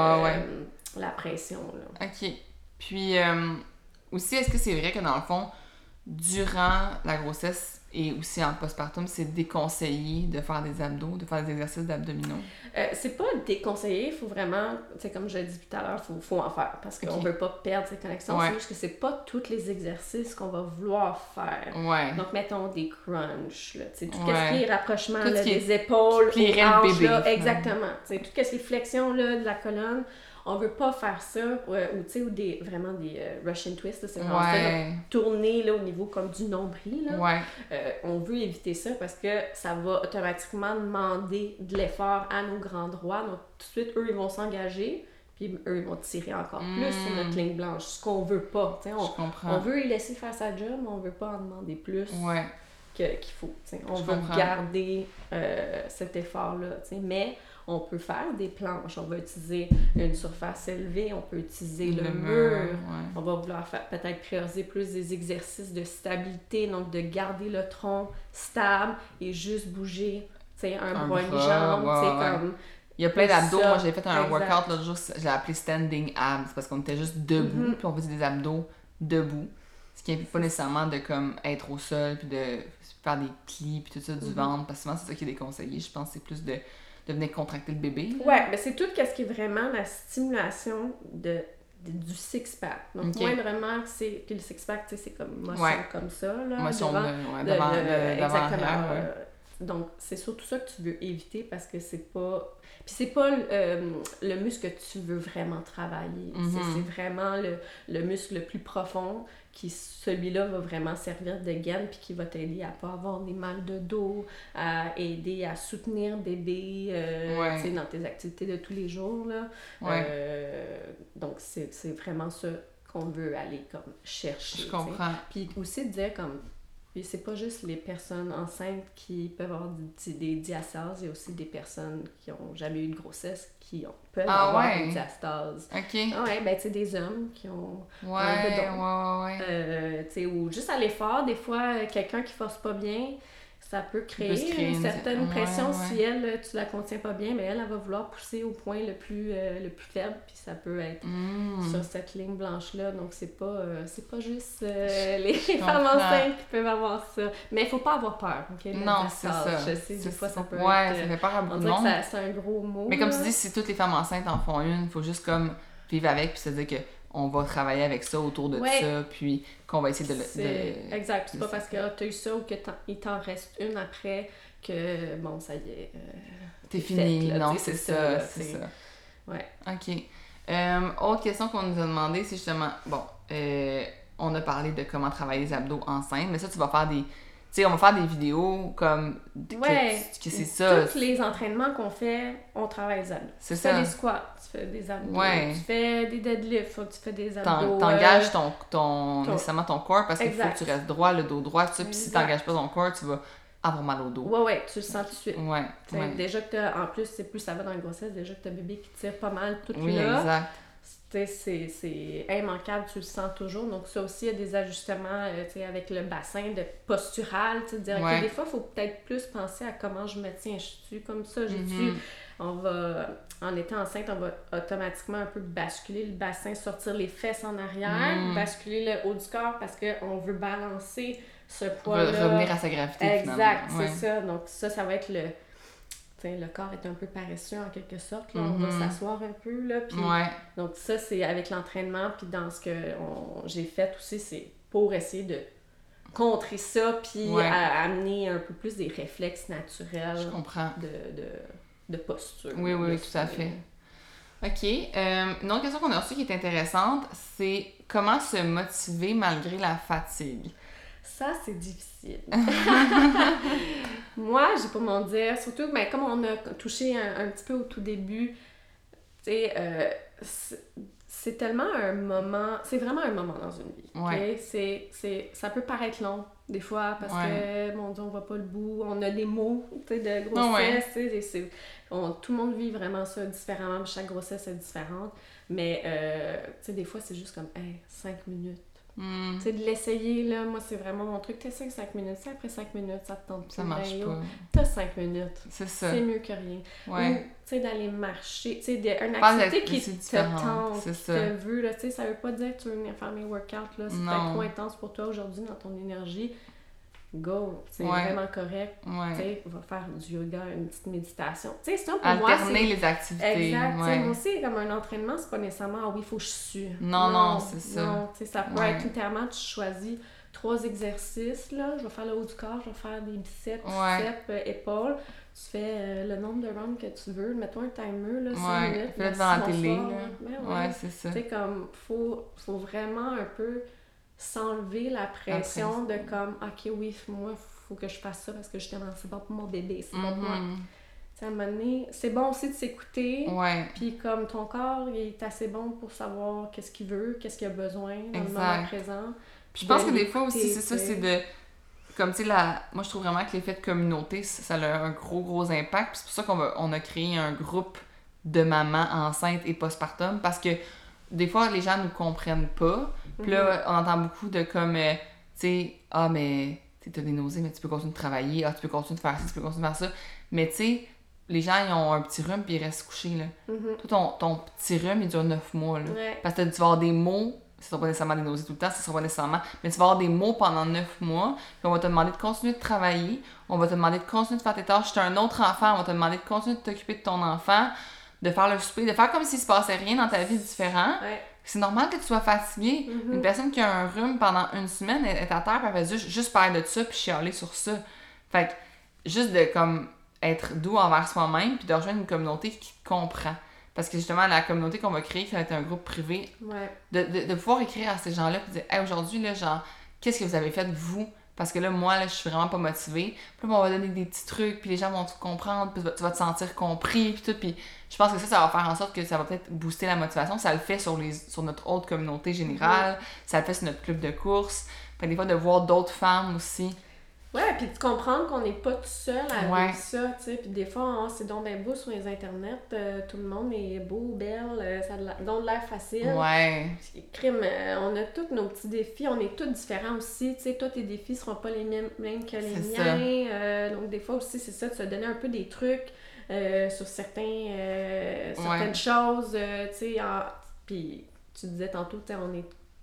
la pression. Là. OK. Puis, aussi, est-ce que c'est vrai que dans le fond, durant la grossesse et aussi en postpartum, c'est déconseillé de faire des abdos, de faire des exercices d'abdominaux? C'est pas déconseillé, il faut vraiment, tu sais, comme je l'ai dit tout à l'heure, faut en faire parce qu'on veut pas perdre cette connexion. C'est juste que c'est pas tous les exercices qu'on va vouloir faire. Donc, mettons des crunchs, là, tout ce qui est rapprochement là, des épaules, aux hanches, là, exactement. Tout ce qui est flexion là, de la colonne. On veut pas faire ça, ou vraiment des Russian twists, là, c'est vraiment ça, là, tourner là, au niveau comme du nombril. Là. On veut éviter ça parce que ça va automatiquement demander de l'effort à nos grands droits. Donc, tout de suite, eux, ils vont s'engager, puis eux, ils vont tirer encore plus sur notre ligne blanche, ce qu'on veut pas. On veut y laisser faire sa job, mais on veut pas en demander plus qu'il faut. On veut garder cet effort-là, mais... On peut faire des planches, on va utiliser une surface élevée, on peut utiliser le mur. On va vouloir faire peut-être prioriser plus des exercices de stabilité, donc de garder le tronc stable et juste bouger, un bras, une jambe, comme... Il y a plein d'abdos. Moi, j'ai fait un workout l'autre jour, j'ai appelé standing abs parce qu'on était juste debout, puis on faisait des abdos debout. Ce qui n'implique pas nécessairement de comme être au sol, puis de faire des plis, puis tout ça du ventre, parce que souvent, c'est ça qui est déconseillé. Je pense que c'est plus de venir contracter le bébé. Mais c'est tout ce qui est vraiment la stimulation du six-pack. Donc, moindrement, c'est... Puis le six-pack, c'est comme motion comme ça, là. Motion devant exactement. Donc, c'est surtout ça que tu veux éviter parce que c'est pas... Puis c'est pas le muscle que tu veux vraiment travailler. C'est vraiment le muscle le plus profond qui, celui-là, va vraiment servir de gaine puis qui va t'aider à pas avoir des mal de dos, à aider à soutenir bébé dans tes activités de tous les jours. Là. Donc, c'est vraiment ça qu'on veut aller comme chercher. Je comprends. Puis aussi de dire comme... Puis c'est pas juste les personnes enceintes qui peuvent avoir des diastases, il y a aussi des personnes qui ont jamais eu de grossesse qui peuvent avoir une diastase. Ben tu sais, des hommes qui ont un bedon. Tu sais, ou juste à l'effort, des fois, quelqu'un qui force pas bien, ça peut créer une certaine pression si elle, tu la contiens pas bien, mais elle va vouloir pousser au point le plus faible, puis ça peut être sur cette ligne blanche-là. Donc, c'est pas juste les femmes enceintes qui peuvent avoir ça. Mais il faut pas avoir peur, OK? Non, c'est ça. Je sais, des fois, ça peut être... ça fait peur à beaucoup de monde. C'est un gros mot. Mais comme tu dis, si toutes les femmes enceintes en font une, il faut juste comme vivre avec, puis se dire que on va travailler avec ça autour de ça, puis qu'on va essayer de... Exact. C'est pas parce que tu as eu ça ou qu'il t'en reste une après que, bon, ça y est, t'es fini, là, non, c'est ça, là, c'est ça. Ouais. OK. Autre question qu'on nous a demandé, c'est justement, bon, on a parlé de comment travailler les abdos enceinte, mais ça, tu vas faire des... Tu sais, on va faire des vidéos comme... que c'est ça. Tous les entraînements qu'on fait, on travaille les abdos. C'est tu ça. fais des squats, tu fais des abdos, tu fais des deadlifts, tu fais des abdos. T'engages nécessairement ton corps parce qu'il faut que tu restes droit, le dos droit, tout ça. Puis si t'engages pas ton corps, tu vas avoir mal au dos. Ouais, tu le sens tout de suite. Ouais. Déjà que en plus, c'est plus ça va dans la grossesse, déjà que t'as bébé qui tire pas mal tout là. Oui, exact. C'est immanquable, tu le sens toujours. Donc ça aussi, il y a des ajustements avec le bassin de postural, de dire ok, des fois, il faut peut-être plus penser à comment je me tiens. Je suis comme ça, en étant enceinte, on va automatiquement un peu basculer le bassin, sortir les fesses en arrière, basculer le haut du corps parce qu'on veut balancer ce poids-là. Revenir à sa gravité, exact, c'est ça. Donc ça va être le corps est un peu paresseux en quelque sorte. Là. On va s'asseoir un peu. Là, puis, donc ça, c'est avec l'entraînement. Puis dans ce que j'ai fait aussi, c'est pour essayer de contrer ça puis amener un peu plus des réflexes naturels. Je comprends. De posture. Oui, tout à fait. OK. Une autre question qu'on a reçue qui est intéressante, c'est comment se motiver malgré la fatigue? Ça, c'est difficile. Moi, j'ai pas m'en dire. Surtout, mais comme on a touché un petit peu au tout début, tu sais, c'est tellement un moment... C'est vraiment un moment dans une vie. Ouais. Okay? Ça peut paraître long, des fois, parce que, mon Dieu, on voit pas le bout. On a des mots, tu sais, de grossesse. Tout le monde vit vraiment ça différemment. Chaque grossesse est différente. Mais, tu sais, des fois, c'est juste comme, 5 minutes. Tu sais, de l'essayer, là, moi, c'est vraiment mon truc. T'essayes 5 minutes, ça, après 5 minutes, ça te tente plus. Ça marche pas. T'as 5 minutes. C'est ça. C'est mieux que rien. Ouais. Ou, tu sais, d'aller marcher, tu sais, une activité qui te tente, qui te veut, là, tu sais, ça veut pas dire que tu veux venir faire mes workouts, là, c'est peut-être trop intense pour toi aujourd'hui dans ton énergie. Go, c'est vraiment correct. Tu sais, va faire du yoga, une petite méditation. Tu sais, c'est ça pour moi. Alterner les activités. Exact. Moi aussi, comme un entraînement, c'est pas nécessairement il faut que je sue. Non, c'est ça. Non, tu sais, ça peut être littéralement, tu choisis 3 exercices, là. Je vais faire le haut du corps, je vais faire des biceps, triceps, épaules. Tu fais le nombre de rounds que tu veux. Mets-toi un timer, là, 5 minutes. Fais-le devant la télé, là. C'est ça. Tu sais, comme, faut vraiment un peu s'enlever la pression de comme, ok, oui, moi, faut que je fasse ça parce que justement, c'est bon pour mon bébé, c'est bon pour moi. Tu sais, à un moment donné, c'est bon aussi de s'écouter. Puis comme ton corps, il est assez bon pour savoir qu'est-ce qu'il veut, qu'est-ce qu'il a besoin dans le moment présent. Puis je pense que des fois aussi, c'est ça, c'est de... Comme tu sais, moi je trouve vraiment que l'effet de communauté, ça a un gros impact. Puis c'est pour ça qu'on a créé un groupe de mamans enceintes et postpartum parce que des fois, les gens nous comprennent pas. Puis là, on entend beaucoup de comme, tu sais, mais t'as des nausées, mais tu peux continuer de travailler. Tu peux continuer de faire ça, tu peux continuer de faire ça. Mais tu sais, les gens, ils ont un petit rhume puis ils restent couchés, là. Toi, ton petit rhume, il dure 9 mois, là. Parce que tu vas avoir des maux, ce sera pas nécessairement des nausées tout le temps, ce sera pas nécessairement... Mais tu vas avoir des maux pendant 9 mois, puis on va te demander de continuer de travailler, on va te demander de continuer de faire tes tâches. Si t'as un autre enfant, on va te demander de continuer de t'occuper de ton enfant, de faire le souper, de faire comme s'il se passait rien dans ta vie différent. C'est normal que tu sois fatigué. Une personne qui a un rhume pendant 1 semaine est à terre, puis elle va juste parler de ça, puis chialer sur ça. Fait que, juste de, comme, être doux envers soi-même, puis de rejoindre une communauté qui te comprend. Parce que, justement, la communauté qu'on va créer, ça va être un groupe privé, de pouvoir écrire à ces gens-là, puis dire « Hey, aujourd'hui, là, genre, qu'est-ce que vous avez fait, vous? » Parce que là, moi, là, je suis vraiment pas motivée. Puis là, on va donner des petits trucs, puis les gens vont tout comprendre, puis tu vas te sentir compris, puis tout. Puis je pense que ça va faire en sorte que ça va peut-être booster la motivation. Ça le fait sur notre autre communauté générale, ça le fait sur notre club de course. Puis des fois, de voir d'autres femmes aussi. Ouais, puis de comprendre qu'on n'est pas tout seul à vivre ça, tu sais. Puis des fois, c'est donc bien beau sur les internets, tout le monde est beau, belle, ça donne l'air facile. Ouais. Crime, on a tous nos petits défis, on est tous différents aussi, tu sais. Toi, tes défis seront pas les mêmes que les miens. Donc des fois aussi, c'est ça, de se donner un peu des trucs sur certaines choses, tu sais. Puis tu disais tantôt, tu sais, on est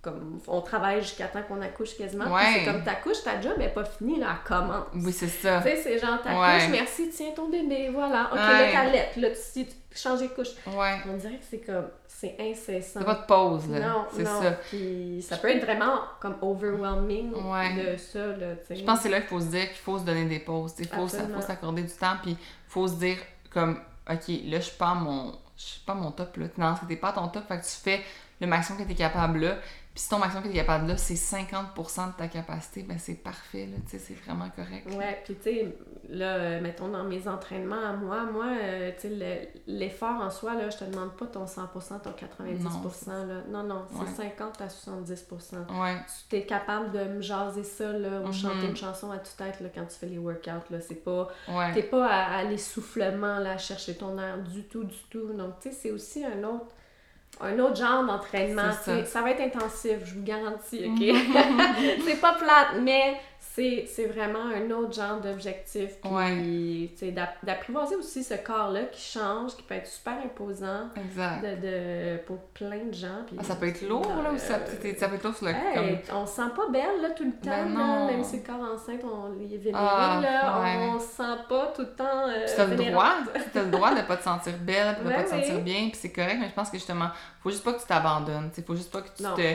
comme on travaille jusqu'à temps qu'on accouche quasiment. Ouais. Puis c'est comme t'accouches, ta job n'est pas finie, là, elle commence. Oui, c'est ça. Tu sais, c'est genre t'accouches, merci, tiens ton bébé, voilà. Ok, là t'allaites, là tu changes les couches. Ouais. On dirait que c'est comme, c'est incessant. T'as pas de pause, là. Non, c'est non. ça. Puis ça peut être vraiment comme overwhelming de ça, là, tu sais. Je pense que c'est là qu'il faut se dire qu'il faut se donner des pauses. Il faut s'accorder du temps, puis il faut se dire comme, ok, là, je suis pas à mon top, là. Non, t'es pas à ton top, fait que tu fais le maximum que t'es capable là. Puis si ton maximum que t'es capable là, c'est 50% de ta capacité, ben c'est parfait, là, tu sais, c'est vraiment correct. Ouais, puis tu sais, là, mettons dans mes entraînements à moi, tu sais, l'effort en soi, là, je te demande pas ton 100%, ton 90%, là. Non, c'est 50 à 70%. Ouais. Tu es capable de me jaser ça, là, ou chanter une chanson à tue-tête, là, quand tu fais les workouts, là, c'est pas... T'es pas à l'essoufflement, là, à chercher ton air du tout. Donc, tu sais, c'est aussi un autre genre d'entraînement. Ça va être intensif, je vous garantis, ok? C'est pas plate, mais c'est vraiment un autre genre d'objectif. Puis, d'apprivoiser aussi ce corps-là qui change, qui peut être super imposant. Exact. Pour plein de gens. Puis, ça peut être lourd, là, ou ça peut être lourd sur le on se sent pas belle, là, tout le temps, là, même si le corps enceinte, on est vénéré, là, on se sent pas tout le temps t'as le droit de pas te sentir belle, de pas te sentir bien, puis c'est correct, mais je pense que justement, faut juste pas que tu t'abandonnes, faut juste pas que tu te...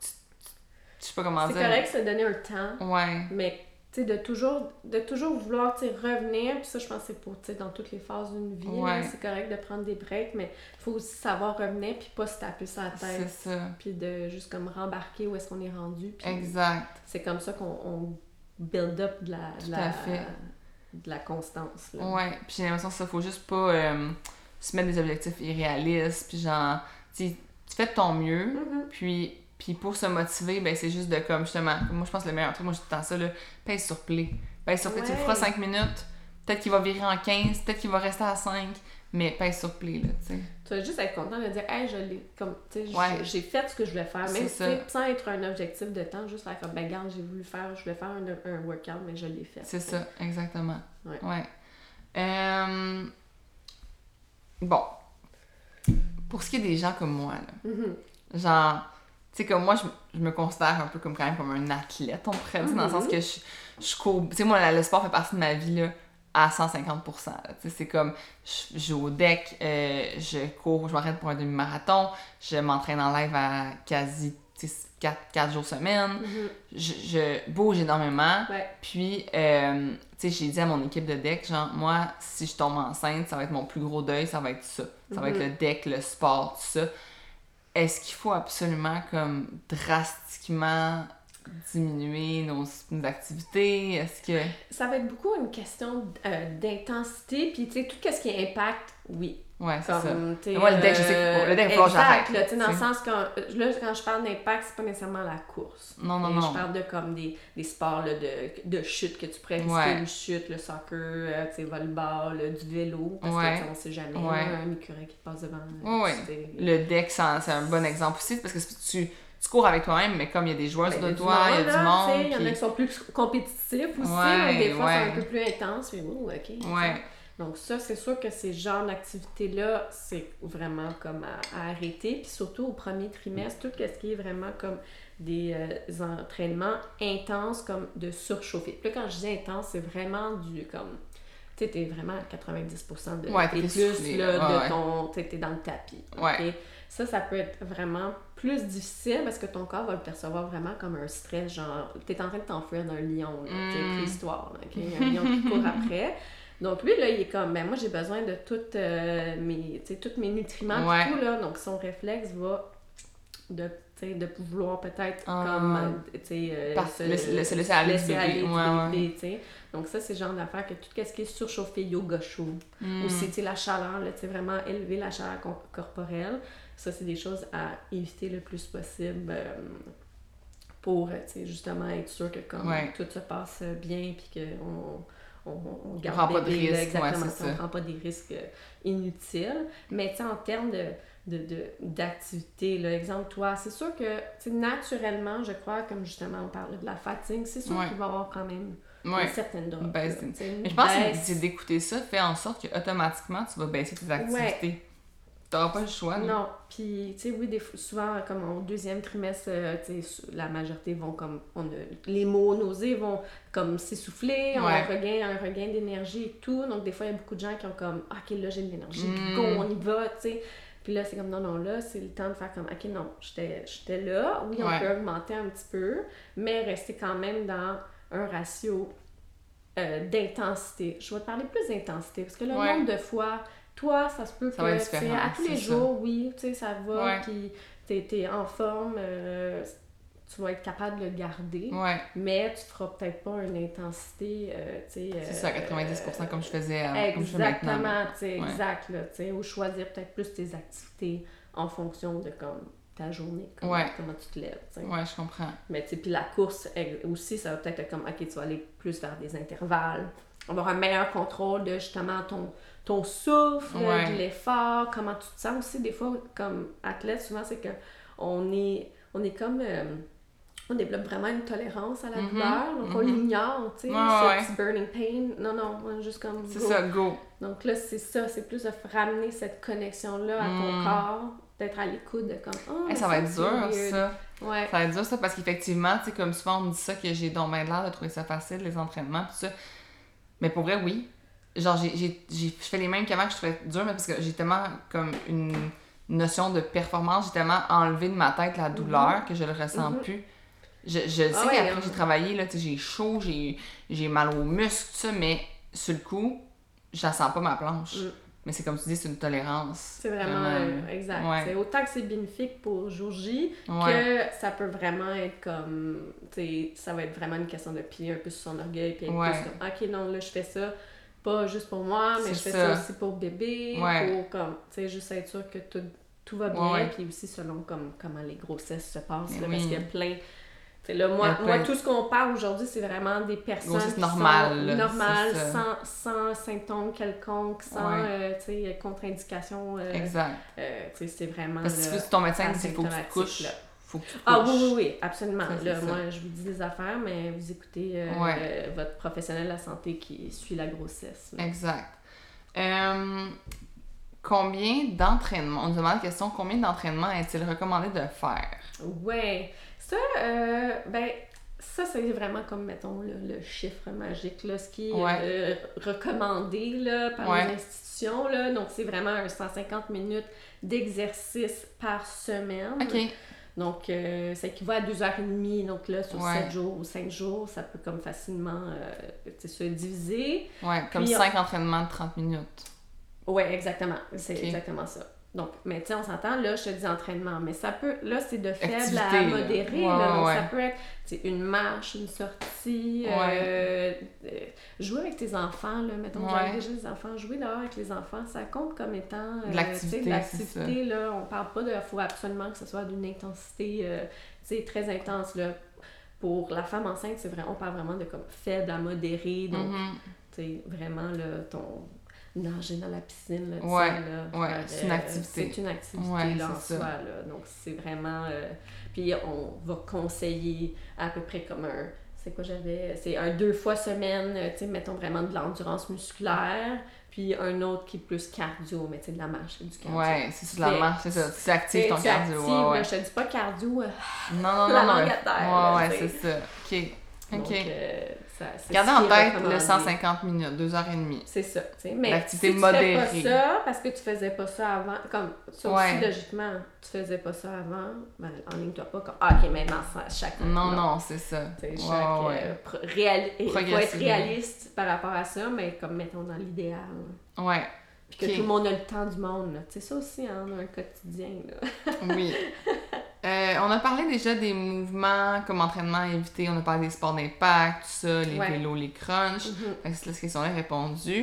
Je sais pas comment dire. C'est correct de se donner un temps, ouais. mais tu sais, de toujours vouloir revenir, puis ça, je pense que c'est pour, tu sais, dans toutes les phases d'une vie, là, c'est correct de prendre des breaks, mais il faut aussi savoir revenir, puis pas se taper sur la tête. C'est ça. Puis de juste comme rembarquer où est-ce qu'on est rendu. Puis exact. C'est comme ça qu'on build up de la constance. Là. Ouais, puis j'ai l'impression que ça, faut juste pas se mettre des objectifs irréalistes, puis genre, tu fais de ton mieux, puis pour se motiver, ben c'est juste de comme justement, moi je pense que le meilleur truc, moi j'ai tout le temps ça, là, pèse sur play. Pèse sur play, tu le feras 5 minutes, peut-être qu'il va virer en 15, peut-être qu'il va rester à 5, mais pèse sur play, là, tu sais. Tu vas juste être content de dire, hey, j'ai fait ce que je voulais faire, même sans être un objectif de temps, juste faire comme, ben regarde, je voulais faire un workout, mais je l'ai fait. C'est ça, exactement. Ouais. Bon. Pour ce qui est des gens comme moi, là, genre, tu sais, comme moi, je me considère un peu quand même comme un athlète, on pourrait dire, dans le sens que je cours. Tu sais, moi, le sport fait partie de ma vie, là, à 150%. Tu sais, c'est comme, je joue au deck, je cours, je m'arrête pour un demi-marathon, je m'entraîne en live à quasi 4 jours semaine, je bouge énormément, puis, tu sais, j'ai dit à mon équipe de deck, genre, moi, si je tombe enceinte, ça va être mon plus gros deuil, ça va être ça. Ça va être le deck, le sport, tout ça. Est-ce qu'il faut absolument, comme, drastiquement diminuer nos activités? Est-ce que... Ça va être beaucoup une question d'intensité, puis, tu sais, tout ce qui impact, oui. Ouais, c'est ça. Moi, le deck, je sais que le deck, il faut que j'arrête. Là, dans le sens que, là, quand je parle d'impact, c'est pas nécessairement la course. Non. Je parle de comme des sports là, de chute que tu pourrais risquer, une chute, le soccer, tu sais, volleyball, du vélo, parce que on sait jamais, un écureuil qui te passe devant. Le deck, c'est un bon exemple aussi, parce que tu cours avec toi-même, mais comme il y a des joueurs de toi, il y a du monde. Il y en a qui sont plus compétitifs aussi, donc des fois c'est un peu plus intense, mais donc ça, c'est sûr que ces genres d'activités-là, c'est vraiment comme à arrêter. Puis surtout au premier trimestre, tout ce qui est vraiment comme des entraînements intenses, comme de surchauffer. Puis là, quand je dis intense, c'est vraiment du comme... Tu sais, t'es vraiment à 90% de tes plus, là, de ton... Tu sais, t'es dans le tapis. Okay? Ça peut être vraiment plus difficile parce que ton corps va le percevoir vraiment comme un stress, genre, t'es en train de t'enfuir d'un lion, tu sais, préhistoire, okay? Un lion qui court après. Donc lui, là, il est comme, ben moi, j'ai besoin de tous mes nutriments et tout, là. Donc son réflexe va de vouloir peut-être comme, se laisser aller, tu sais. Donc ça, c'est le genre d'affaire que tout ce qui est surchauffé, yoga chaud, aussi, tu sais, la chaleur, là, tu sais, vraiment élever la chaleur corporelle. Ça, c'est des choses à éviter le plus possible pour, tu sais, justement être sûr que comme tout se passe bien puis qu'on on garde pas de risques, exactement, on ne prend pas des risques inutiles. Mais en termes d'activité, là, exemple, toi, c'est sûr que naturellement, je crois, comme justement on parlait de la fatigue, c'est sûr qu'il va y avoir quand même une certaine drop. Mais je pense que d'écouter ça fait en sorte que automatiquement tu vas baisser tes activités. T'auras pas le choix. Non. Puis, tu sais, oui, souvent, comme au deuxième trimestre, tu sais, la majorité vont comme... les mots nausées vont comme s'essouffler, on a un regain d'énergie et tout. Donc, des fois, il y a beaucoup de gens qui ont comme, OK, là, j'ai de l'énergie, go, on y va, tu sais. Puis là, c'est comme, non, là, c'est le temps de faire comme, OK, non, j'étais là. Oui, on peut augmenter un petit peu, mais rester quand même dans un ratio d'intensité. Je vais te parler plus d'intensité, parce que le nombre de fois... Toi, ça se peut que, à tous les jours, oui, tu sais, ça va, puis t'es en forme, tu vas être capable de le garder, mais tu feras peut-être pas une intensité, tu sais... c'est ça, 90% comme je faisais exactement, tu sais, exact, là, tu sais, ou choisir peut-être plus tes activités en fonction de, comme, ta journée, comment tu te lèves, tu sais. Ouais, je comprends. Mais, tu sais, puis la course, aussi, ça va peut-être être comme, OK, tu vas aller plus vers des intervalles, avoir un meilleur contrôle de, justement, ton souffle, de l'effort, comment tu te sens aussi. Des fois, comme athlète, souvent, c'est qu'on est comme... on développe vraiment une tolérance à la douleur, donc on l'ignore, tu sais, ce petit burning pain. Non, on est juste comme go. C'est ça, go. Donc là, c'est ça, c'est plus de ramener cette connexion-là à ton corps, d'être à l'écoute de comme... ça va être dur, ça. Ouais. Ça va être dur, ça, parce qu'effectivement, tu sais, comme souvent, on me dit ça, que j'ai donc bien l'air de trouver ça facile, les entraînements, tout ça. Mais pour vrai, oui. Genre, je fais les mêmes qu'avant que je trouvais dur, mais parce que j'ai tellement comme une notion de performance, j'ai tellement enlevé de ma tête la douleur que je le ressens plus. Je sais qu'après que j'ai travaillé, là, j'ai chaud, j'ai mal aux muscles, tout ça, mais sur le coup, je la sens pas ma planche. Mais c'est comme tu dis, c'est une tolérance. C'est vraiment exact. Ouais. C'est autant que c'est bénéfique pour jour J que ça peut vraiment être comme, tu sais, ça va être vraiment une question de plier un peu sur son orgueil, puis être plus comme, OK, non, là, je fais ça. Pas juste pour moi, mais je fais ça aussi pour bébé, pour comme, tu sais, juste être sûr que tout va bien, puis aussi selon comment les grossesses se passent, là, parce qu'il y a plein... Là, moi, tout ce qu'on parle aujourd'hui, c'est vraiment des personnes qui normales, sont normales, sans symptômes quelconques, sans contre-indications. Exact. C'est vraiment... Parce que si ton médecin dit qu'il faut que tu te couches... Faut que tu oui, absolument. Là, moi, je vous dis des affaires, mais vous écoutez votre professionnel de la santé qui suit la grossesse. Là. Exact. Combien d'entraînements, on nous demande la question, combien d'entraînements est-il recommandé de faire? Ouais, ça, ça, c'est vraiment comme, mettons, le chiffre magique, là, ce qui est recommandé là, par les institutions. Là, donc, c'est vraiment un 150 minutes d'exercice par semaine. OK. Donc, ça équivaut à 2h30. Donc là, sur 7 jours ou 5 jours, ça peut comme facilement se diviser. Ouais, comme puis 5 entraînements de 30 minutes. Ouais, exactement. C'est exactement ça. Donc, mais tu sais, on s'entend, là, je te dis entraînement, mais ça peut, là, c'est de faible à modéré, là, donc ça peut être, tu sais, une marche, une sortie, jouer avec tes enfants, là, mettons, déjà des enfants, jouer dehors avec les enfants, ça compte comme étant, de l'activité, là, on parle pas de, faut absolument que ce soit d'une intensité, tu sais, très intense, là. Pour la femme enceinte, c'est vrai, on parle vraiment de comme faible à modéré, donc, tu sais, vraiment, là, nager dans la piscine, là, c'est une activité. C'est une activité, là, en soi, là. Donc, c'est vraiment... puis, on va conseiller à peu près comme un... C'est un 2 fois semaine, tu sais, mettons vraiment de l'endurance musculaire, puis un autre qui est plus cardio, mais tu sais, de la marche, c'est du cardio. Ouais, c'est de la marche, c'est ça. Tu actives ton cardio. Là, je te dis pas cardio, non, la langue à terre. C'est ça. OK. Gardez en tête le 150 minutes, 2h30. C'est ça. Mais l'activité si modérée. Tu fais pas ça parce que tu faisais pas ça avant, comme ça aussi logiquement, tu faisais pas ça avant, ben enligne-toi pas comme OK, maintenant chaque Non, c'est ça. Il faut être réaliste par rapport à ça, mais comme mettons dans l'idéal. Ouais. Puis que tout le monde a le temps du monde. C'est ça aussi, hein, on a un quotidien. Là. Oui. On a parlé déjà des mouvements comme entraînement à éviter, on a parlé des sports d'impact, tout ça, les vélos, les crunchs. Cette question-là est répondue.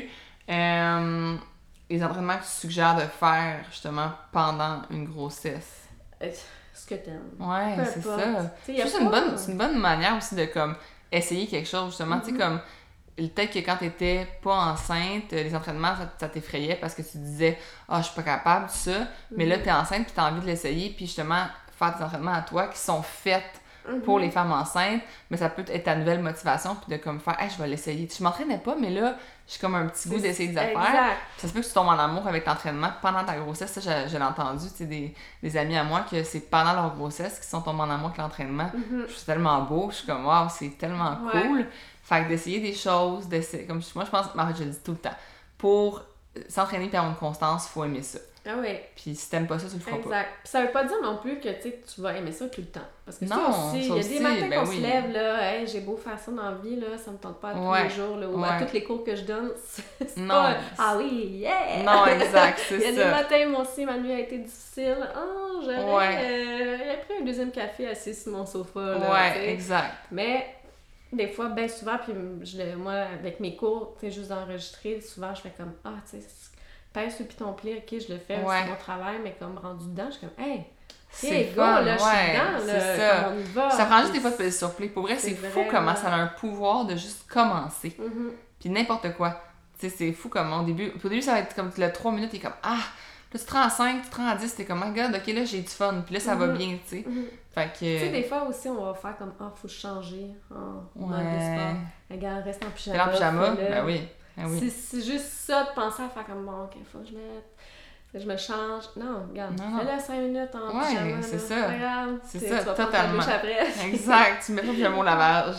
Les entraînements que tu suggères de faire justement pendant une grossesse. Ce que t'aimes. Ouais, c'est ça. C'est une bonne manière aussi de comme essayer quelque chose justement. Tu sais, comme peut-être que quand t'étais pas enceinte, les entraînements, ça t'effrayait parce que tu disais « Ah, je suis pas capable, tout ça. » Mais là, t'es enceinte puis t'as envie de l'essayer puis justement faire des entraînements à toi qui sont faits pour les femmes enceintes, mais ça peut être ta nouvelle motivation, puis de comme faire « Hey, je vais l'essayer ». Je m'entraînais pas, mais là, j'ai comme un petit goût d'essayer des affaires. Ça se peut que tu tombes en amour avec l'entraînement pendant ta grossesse. Ça, je l'ai entendu, tu sais, des amis à moi, que c'est pendant leur grossesse qu'ils sont tombés en amour avec l'entraînement. Je trouve c'est tellement beau, je suis comme « Wow, c'est tellement cool ». Fait que d'essayer des choses, comme moi, je pense, en fait, je le dis tout le temps, pour s'entraîner et avoir une constance, il faut aimer ça. Ah oui. Puis si t'aimes pas ça, tu le feras pas. Exact. Puis ça veut pas dire non plus que tu vas aimer ça tout le temps. Parce que non, ça aussi, il y a des matins qu'on se lève, là, hey, j'ai beau faire ça dans la vie, là, ça me tente pas tous les jours, là, ou à tous les cours que je donne, c'est pas ah oui, yeah! Non, exact, c'est ça. Il y a des matins, moi aussi, ma nuit a été difficile. Oh, j'aurais pris un deuxième café assis sur mon sofa, là. Ouais, exact. Mais des fois, bien souvent, puis moi, avec mes cours, tu sais, juste d'enregistrer, souvent, je fais comme, tu sais, pèse sur ton pied, ok, je le fais, c'est mon travail, mais comme rendu dedans, je suis comme, hey, c'est fun, là, je suis dedans, là, ça. on y va. Ça prend juste des fois de peser sur play. Pour vrai, c'est fou comment ça a un pouvoir de juste commencer. Puis n'importe quoi. Tu sais, c'est fou comment au début, ça va être comme le 3 minutes, t'es comme, là, tu te rends à 5, tu te rends à 10, t'es comme, my god, ok, là, j'ai du fun, puis là, ça va bien, tu sais. Fait que... Tu sais, des fois aussi, on va faire comme, faut changer, mode de sport. Regarde, reste en pyjama. En pyjama, ben oui. Ah oui. C'est juste ça de penser à faire comme bon, ok, faut que je me change. Non, regarde, fais-le 5 minutes en pyjama. C'est ça. Regarde, c'est ça, tu vas totalement. prendre ta douche après. Exact, tu mets pas pyjama au lavage.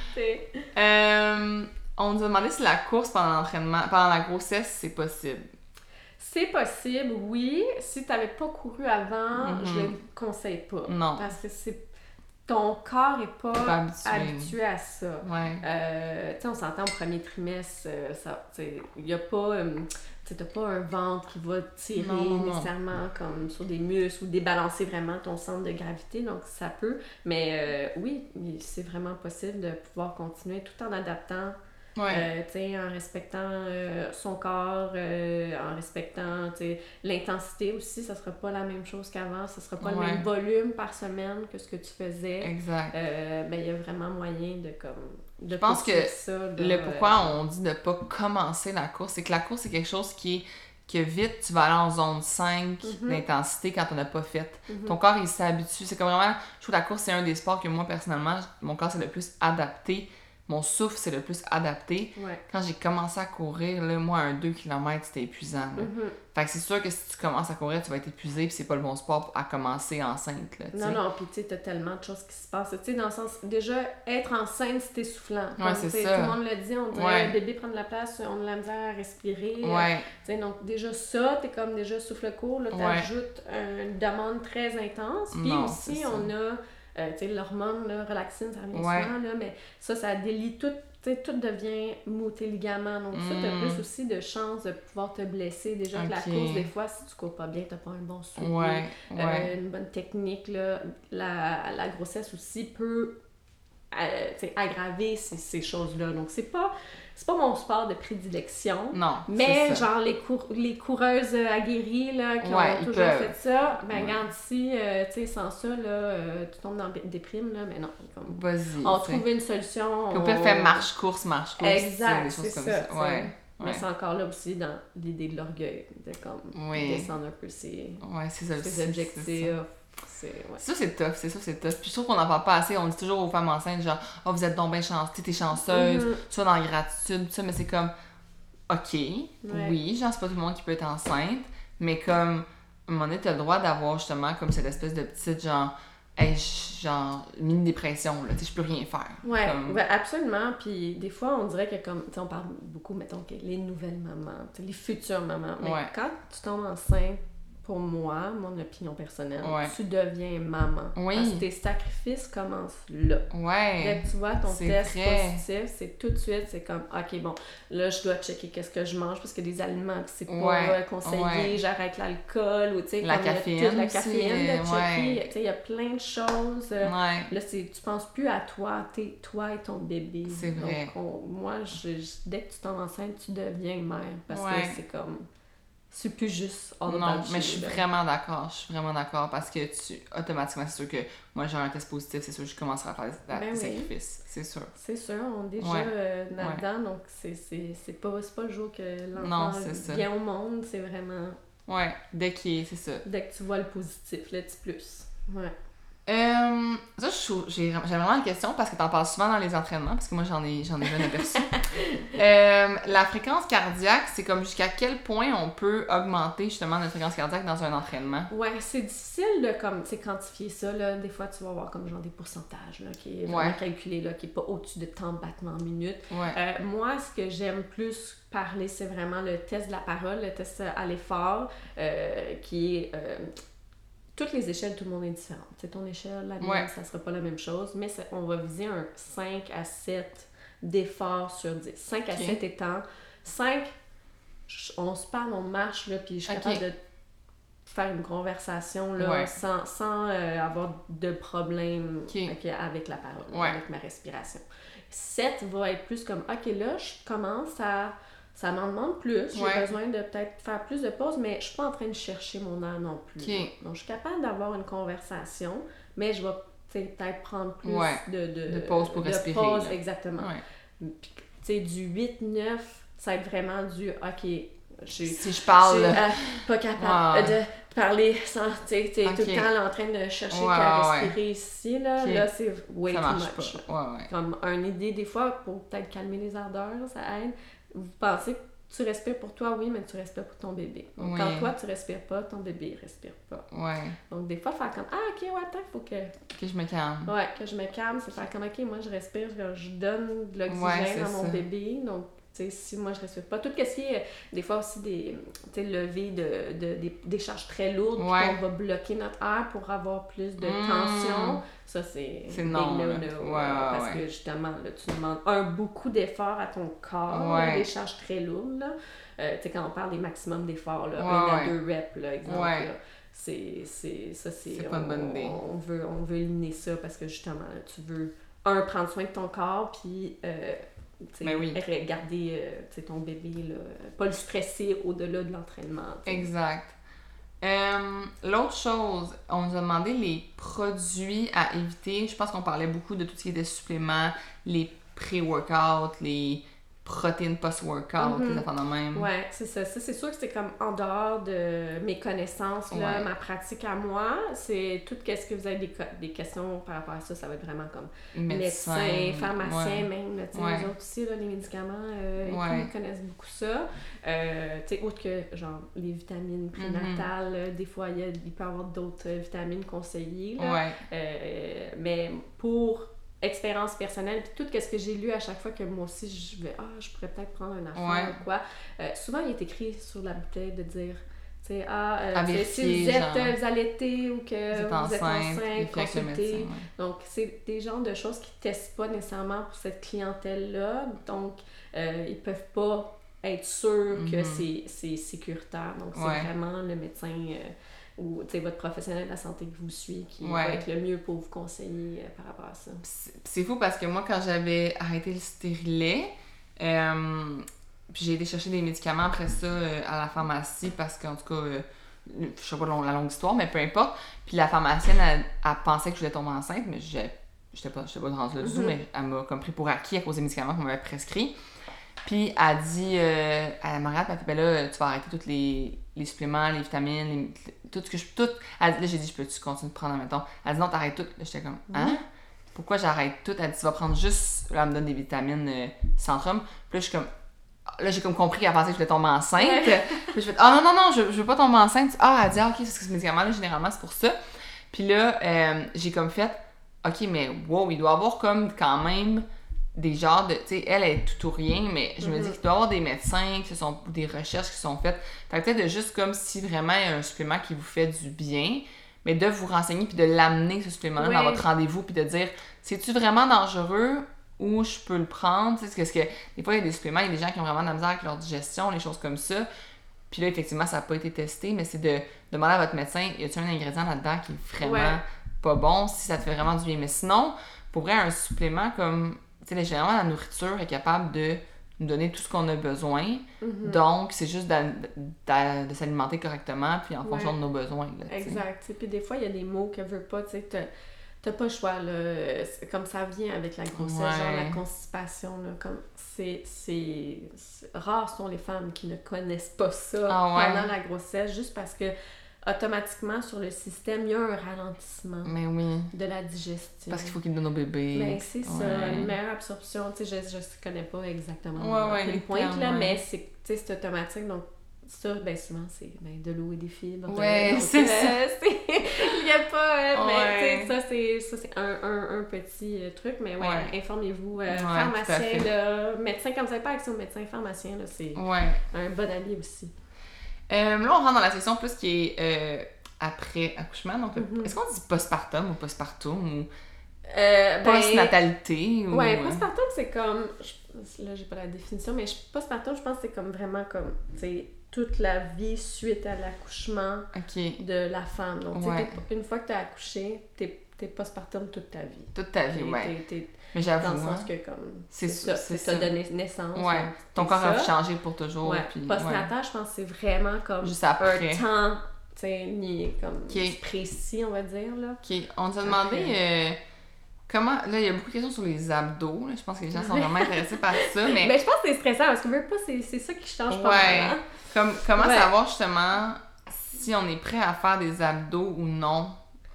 On nous a demandé si la course pendant la grossesse, c'est possible. C'est possible, oui. Si tu n'avais pas couru avant, je ne le conseille pas. Non. Parce que ton corps n'est pas habitué à ça. Ouais. On s'entend au premier trimestre, il n'y a pas... tu n'as pas un ventre qui va tirer nécessairement comme sur des muscles ou débalancer vraiment ton centre de gravité, donc ça peut. Mais oui, c'est vraiment possible de pouvoir continuer tout en adaptant. En respectant son corps, en respectant l'intensité aussi, ça sera pas la même chose qu'avant, ça sera pas le même volume par semaine que ce que tu faisais. Exact. Il y a vraiment moyen de je pense que le pourquoi on dit de pas commencer la course, c'est que la course c'est quelque chose que vite tu vas aller en zone 5 d'intensité quand on n'a pas fait. Ton corps il s'habitue, c'est comme vraiment, je trouve que la course c'est un des sports que moi personnellement, mon corps c'est le plus adapté. Mon souffle, c'est le plus adapté. Quand j'ai commencé à courir, là, moi, un 2 km, c'était épuisant. Fait que c'est sûr que si tu commences à courir, tu vas être épuisé, puis c'est pas le bon sport à commencer enceinte. Là, non, puis tu sais, t'as tellement de choses qui se passent. Tu sais, dans le sens, déjà, être enceinte, c'est essoufflant. C'est ça. Tout le monde le dit, on dirait un bébé prend de la place, on a de la misère à respirer. Tu sais, donc déjà ça, t'es comme déjà souffle court, là, t'ajoutes une demande très intense. Puis aussi, on a... tu sais, l'hormone, là, relaxine, ça revient souvent, là, mais ça délie tout, tu sais, tout devient mou, tes ligaments. Donc ça, t'as plus aussi de chances de pouvoir te blesser. Déjà que la course, des fois, si tu cours pas bien, t'as pas un bon souffle, une bonne technique, là, la grossesse aussi peut aggraver ces choses-là. Donc c'est pas mon sport de prédilection. Non, mais genre les coureuses aguerries là, qui ont toujours fait ça, regarde ici, tu sais, sans ça, là, tu tombes dans des primes, là, mais non. Comme, on trouve une solution. Puis au pire, fait marche-course. Exact, des choses comme ça. Mais c'est encore là aussi dans l'idée de l'orgueil, de comme descendre un peu ces objectifs. Ça, c'est tough. Puis je trouve qu'on n'en parle pas assez. On dit toujours aux femmes enceintes, genre, vous êtes donc bien chanceuse, t'es chanceuse, tu vas dans la gratitude, tout ça, mais c'est comme, ok, oui, genre, c'est pas tout le monde qui peut être enceinte, mais comme, à un moment donné, t'as le droit d'avoir justement comme cette espèce de petite, genre, genre, mini-dépression, là, tu sais, je peux rien faire. Ouais, absolument. Puis des fois, on dirait que comme, tu sais, on parle beaucoup, mettons, que les nouvelles mamans, les futures mamans, mais quand tu tombes enceinte, pour moi, mon opinion personnelle, tu deviens maman. Parce que tes sacrifices commencent là. Dès que tu vois ton test positif, c'est tout de suite, c'est comme, ok, bon, là, je dois checker qu'est-ce que je mange parce que des aliments que c'est pas conseillé, j'arrête l'alcool, ou tu sais, la caféine, la caféine de checker. Tu sais, il y a plein de choses. Là, tu penses plus à toi, toi et ton bébé. C'est vrai. Donc, moi, dès que tu tombes enceinte, tu deviens mère. Parce que c'est comme... C'est plus juste. Non, mais je suis vraiment d'accord. Parce que automatiquement, c'est sûr que moi, j'ai un test positif, c'est sûr que je commencerai à faire des sacrifices. C'est sûr. C'est sûr, on est déjà là-dedans, donc c'est pas le jour que l'enfant vient au monde, c'est vraiment... c'est ça. Dès que tu vois le positif, le petit plus. Ça, j'ai vraiment une question parce que t'en parles souvent dans les entraînements, parce que moi j'en ai bien aperçu. La fréquence cardiaque, c'est comme jusqu'à quel point on peut augmenter justement notre fréquence cardiaque dans un entraînement? Ouais, c'est difficile de comme, quantifier ça. Là. Des fois, tu vas avoir comme genre des pourcentages là, qui est vraiment calculé, là, qui est pas au-dessus de tant de battements minute. Ouais. Moi, ce que j'aime plus parler, c'est vraiment le test de la parole, le test à l'effort, qui est... toutes les échelles, tout le monde est différent. C'est ton échelle, la mienne, ça sera pas la même chose, mais on va viser un 5 à 7 d'efforts sur 10. 5 à 7 étant 5, on se parle, on marche, là, puis je suis capable de faire une conversation là, sans avoir de problème avec la parole, avec ma respiration. 7 va être plus comme, OK, là, je commence à... Ça m'en demande plus. J'ai besoin de peut-être faire plus de pauses, mais je suis pas en train de chercher mon air non plus. Donc, je suis capable d'avoir une conversation, mais je vais peut-être prendre plus de pauses pour respirer. Pauses, exactement. Puis, tu sais, du 8-9, ça va être vraiment du OK. Si je parle. Pas capable de parler sans. Tu sais, tout le temps là, en train de chercher qu'à respirer ici. Là, c'est way too much. Comme une idée, des fois, pour peut-être calmer les ardeurs, ça aide. Vous pensez que tu respires pour toi, oui, mais tu respires pour ton bébé. Donc, quand toi, tu respires pas, ton bébé respire pas. Donc, des fois, faire comme, OK, peut-être faut que je me calme. Que je me calme, c'est faire comme, OK, moi, je respire, je donne de l'oxygène à mon bébé. Donc, tu sais, si moi, je respire pas. Tout ce qui est, des fois aussi, des levées des charges très lourdes, puis on va bloquer notre air pour avoir plus de tension. Ça, c'est non. Parce que, justement, là, tu demandes beaucoup d'efforts à ton corps, des charges très lourdes, là. Tu sais, quand on parle des maximums d'efforts, là, 1 à 2 reps, là, exemple, là, c'est pas une bonne idée. On veut éliminer ça parce que, justement, là, tu veux, prendre soin de ton corps, puis... garder ton bébé, là, pas le stresser au-delà de l'entraînement. T'sais. Exact. L'autre chose, on nous a demandé les produits à éviter. Je pense qu'on parlait beaucoup de tout ce qui était suppléments, les pré-workouts, les protéines post-workout, les affaires de même. Ouais, c'est ça. Ça, c'est sûr que c'est comme en dehors de mes connaissances, là, ma pratique à moi. C'est tout ce que vous avez des questions par rapport à ça, ça va être vraiment comme médecin, pharmacien même. Nous autres aussi, là, les médicaments, ils connaissent beaucoup ça. Tu sais, autre que genre les vitamines prénatales, des fois, il peut y avoir d'autres vitamines conseillées. Là. Mais pour... expérience personnelle, puis tout ce que j'ai lu à chaque fois que moi aussi je vais je pourrais peut-être prendre un affaire ou quoi. Souvent il est écrit sur la bouteille de dire tu sais si vous êtes allaité ou que vous êtes enceinte, consultez. Donc c'est des genres de choses qui testent pas nécessairement pour cette clientèle là, donc ils peuvent pas être sûrs que c'est sécuritaire. Donc c'est vraiment le médecin ou votre professionnel de la santé que vous suit qui va être le mieux pour vous conseiller par rapport à ça. C'est fou parce que moi, quand j'avais arrêté le stérilet, puis j'ai été chercher des médicaments après ça à la pharmacie parce qu'en tout cas, je sais pas la longue histoire, mais peu importe. Puis la pharmacienne, elle pensait que je voulais tomber enceinte, mais j'étais pas rendue là du tout, mais elle m'a comme pris pour acquis à cause des médicaments qu'on m'avait prescrits. Puis elle dit, elle me regarde, elle fait, ben là, tu vas arrêter tous les suppléments, les vitamines, tout ce que je... Elle dit, là, j'ai dit, je peux-tu continuer de prendre, mettons? Elle dit, non, t'arrêtes tout. Là, j'étais comme, hein? Pourquoi j'arrête tout? Elle dit, tu vas prendre juste... Là, elle me donne des vitamines Centrum. Puis là, je suis comme... Là, j'ai comme compris qu'elle pensait que je voulais tomber enceinte. Puis je fais, non, je veux pas tomber enceinte. Elle dit, ok, parce que ce médicament-là, généralement, c'est pour ça. Puis là, j'ai comme fait, ok, mais wow, il doit y avoir comme quand même... des genres de... Tu sais, elle est tout ou rien, mais je me dis qu'il doit y avoir des médecins, des recherches qui sont faites. Fait que peut-être de juste comme si vraiment il y a un supplément qui vous fait du bien, mais de vous renseigner puis de l'amener, ce supplément-là, dans votre rendez-vous, puis de dire, c'est-tu vraiment dangereux ou je peux le prendre? Tu sais, parce que des fois, il y a des suppléments, il y a des gens qui ont vraiment de la misère avec leur digestion, les choses comme ça. Puis là, effectivement, ça n'a pas été testé, mais c'est de demander à votre médecin, y a-t-il un ingrédient là-dedans qui est vraiment pas bon, si ça te fait vraiment du bien. Mais sinon, pour vrai, un supplément comme... Tu sais, généralement, la nourriture est capable de nous donner tout ce qu'on a besoin. Donc, c'est juste de s'alimenter correctement puis en fonction de nos besoins. Là, exact. Puis des fois, il y a des mots que veut pas, tu sais, t'as pas le choix, là. Comme ça vient avec la grossesse, genre la constipation, là. Comme c'est rares sont les femmes qui ne connaissent pas ça pendant la grossesse, juste parce que automatiquement, sur le système, il y a un ralentissement Mais oui. de la digestion. Parce qu'il faut qu'il donne au bébé. Ben, c'est ça, une meilleure absorption. Tu sais, je ne connais pas exactement les points, termes, là, mais c'est automatique. Donc, ça, ben souvent, c'est de l'eau et des fibres. Ouais, donc, c'est ça. Il n'y a pas... mais ça, c'est un petit truc. Mais informez-vous. Pharmacien, là, médecin, quand vous n'avez pas accès au médecin, pharmacien, là, c'est un bon allié aussi. Là, on rentre dans la section plus qui est après accouchement. Donc, est-ce qu'on dit postpartum ou postpartum ou post-natalité? Postpartum, c'est comme... Là, j'ai pas la définition, mais postpartum, je pense que c'est comme vraiment comme... toute la vie suite à l'accouchement de la femme. Donc, une fois que tu as accouché, t'es postpartum toute ta vie. Toute ta vie, mais j'avoue, dans le sens que, comme, c'est ça. T'as donné naissance. Ton corps a changé pour toujours. Postnatal, je pense que c'est vraiment comme juste après. Un temps, comme précis, on va dire, là. On nous a demandé... comment, là, il y a beaucoup de questions sur les abdos. Là. Je pense que les gens sont vraiment intéressés par ça. Mais je pense que c'est stressant parce que même pas, c'est ça qui change pas mal. Hein? Comment savoir justement si on est prêt à faire des abdos ou non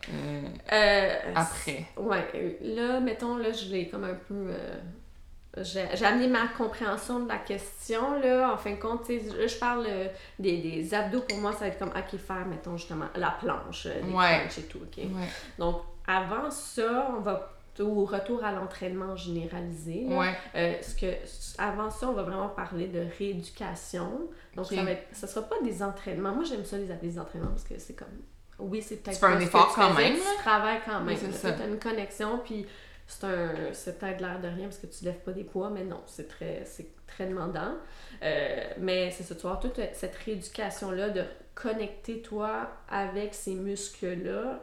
après? Là, mettons, là, je l'ai comme un peu... j'ai amené ma compréhension de la question, là. En fin de compte, là, je parle des abdos. Pour moi, ça va être comme, faire, mettons, justement, la planche, les crunchs et tout, Donc, avant ça, on va... au retour à l'entraînement généralisé. Là. Avant ça, on va vraiment parler de rééducation. Donc, ça sera pas des entraînements. Moi, j'aime ça, les entraînements, parce que c'est comme... Oui, c'est peut-être... Tu fais un effort quand même. Tu travailles quand même. Tu as une connexion, puis c'est peut-être l'air de rien, parce que tu lèves pas des poids, mais non, c'est très demandant. Mais c'est ça, tu vas avoir toute cette rééducation-là de connecter, toi, avec ces muscles-là,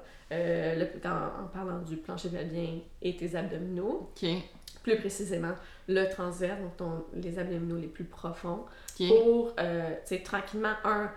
en parlant du plancher pelvien et tes abdominaux. Plus précisément, le transverse, donc les abdominaux les plus profonds, pour, tranquillement,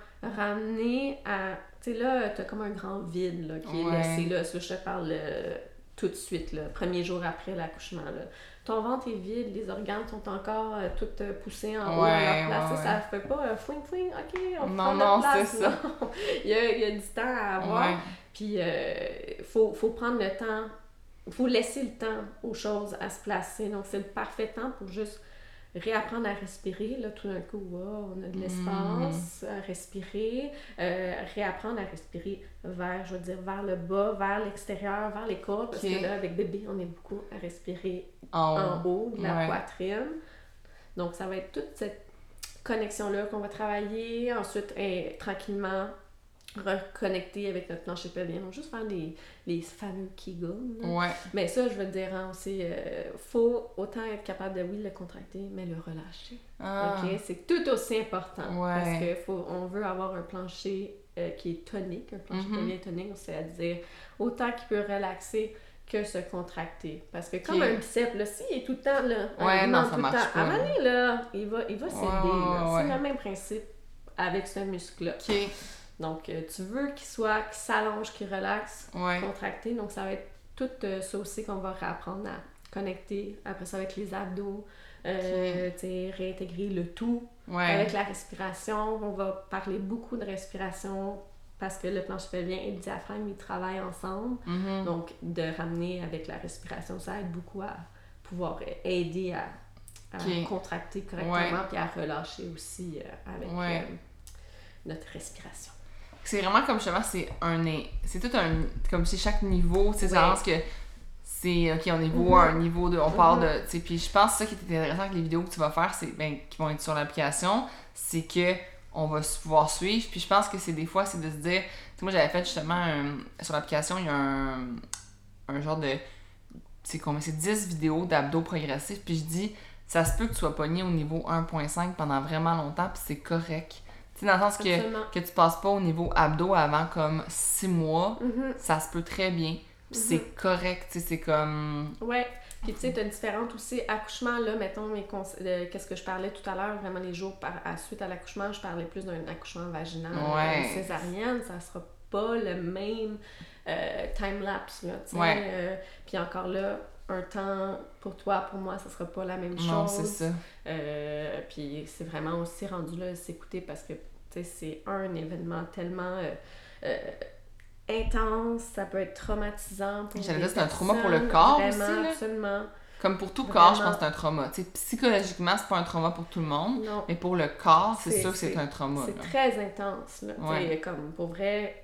ramener à... Tu sais, là, t'as comme un grand vide, là, qui est laissé, là. Ça, je te parle tout de suite, le premier jour après l'accouchement, là. Ton ventre est vide, les organes sont encore toutes poussés en haut à leur place. Ça fait pas fouing, ok, on prend notre place. C'est ça. il y a du temps à avoir. Puis, faut prendre le temps, faut laisser le temps aux choses à se placer. Donc, c'est le parfait temps pour juste réapprendre à respirer. Là, tout d'un coup, on a de l'espace à respirer. Réapprendre à respirer vers le bas, vers l'extérieur, vers les côtes. Parce que là, avec bébé, on est beaucoup à respirer en haut de la poitrine. Donc, ça va être toute cette connexion-là qu'on va travailler. Ensuite, tranquillement, reconnecter avec notre plancher pelvien. Donc, juste faire les fameux Kegels. Mais ça, je veux te dire aussi, faut autant être capable de, le contracter, mais le relâcher. C'est tout aussi important. Parce qu'on veut avoir un plancher qui est tonique, un plancher pelvien tonique, c'est-à-dire autant qu'il peut relaxer que se contracter. Parce que comme un biceps, là, s'il est tout le temps là, ça marche pas. À un moment donné, là, il va s'aider. C'est le même principe avec ce muscle-là. Donc, tu veux qu'il s'allonge, qu'il relaxe, contracté. Donc, ça va être tout ça aussi qu'on va réapprendre à connecter. Après ça, avec les abdos, réintégrer le tout. Avec la respiration, on va parler beaucoup de respiration parce que le plancher pelvien et le diaphragme, ils travaillent ensemble. Donc, de ramener avec la respiration, ça aide beaucoup à pouvoir aider à contracter correctement puis à relâcher aussi avec notre respiration. C'est vraiment comme justement, c'est tout un... Comme c'est chaque niveau, tu sais, que c'est... OK, on est un niveau de... On parle de... Tu sais, puis je pense que ça qui est intéressant avec les vidéos que tu vas faire, qui vont être sur l'application, c'est que on va pouvoir suivre. Puis je pense que des fois, c'est de se dire... Tu sais, moi, j'avais fait justement... sur l'application, il y a un genre de... C'est 10 vidéos d'abdos progressifs. Puis je dis, ça se peut que tu sois pogné au niveau 1.5 pendant vraiment longtemps, puis c'est correct. Tu sais, dans le sens que tu passes pas au niveau abdos avant comme 6 mois, ça se peut très bien. Puis c'est correct, tu sais, c'est comme... Puis tu sais, t'as différentes aussi accouchements, là, mettons, qu'est-ce que je parlais tout à l'heure, vraiment les jours suite à l'accouchement, je parlais plus d'un accouchement vaginal, césarienne, ça sera pas le même time-lapse, là, tu sais. Puis encore là, un temps pour toi, pour moi, ça sera pas la même chose. Non, c'est ça. Puis c'est vraiment aussi rendu là, s'écouter parce que tu sais, c'est un événement tellement intense, ça peut être traumatisant pour J'allais des dire, c'est un trauma pour personnes, le corps vraiment, aussi, là. absolument. Comme pour tout Vraiment. corps, je pense que c'est un trauma. Tu sais, psychologiquement, c'est pas un trauma pour tout le monde, Non. mais pour le corps, c'est sûr que c'est un trauma. C'est là. très intense, là. Ouais. Tu sais, comme, pour vrai,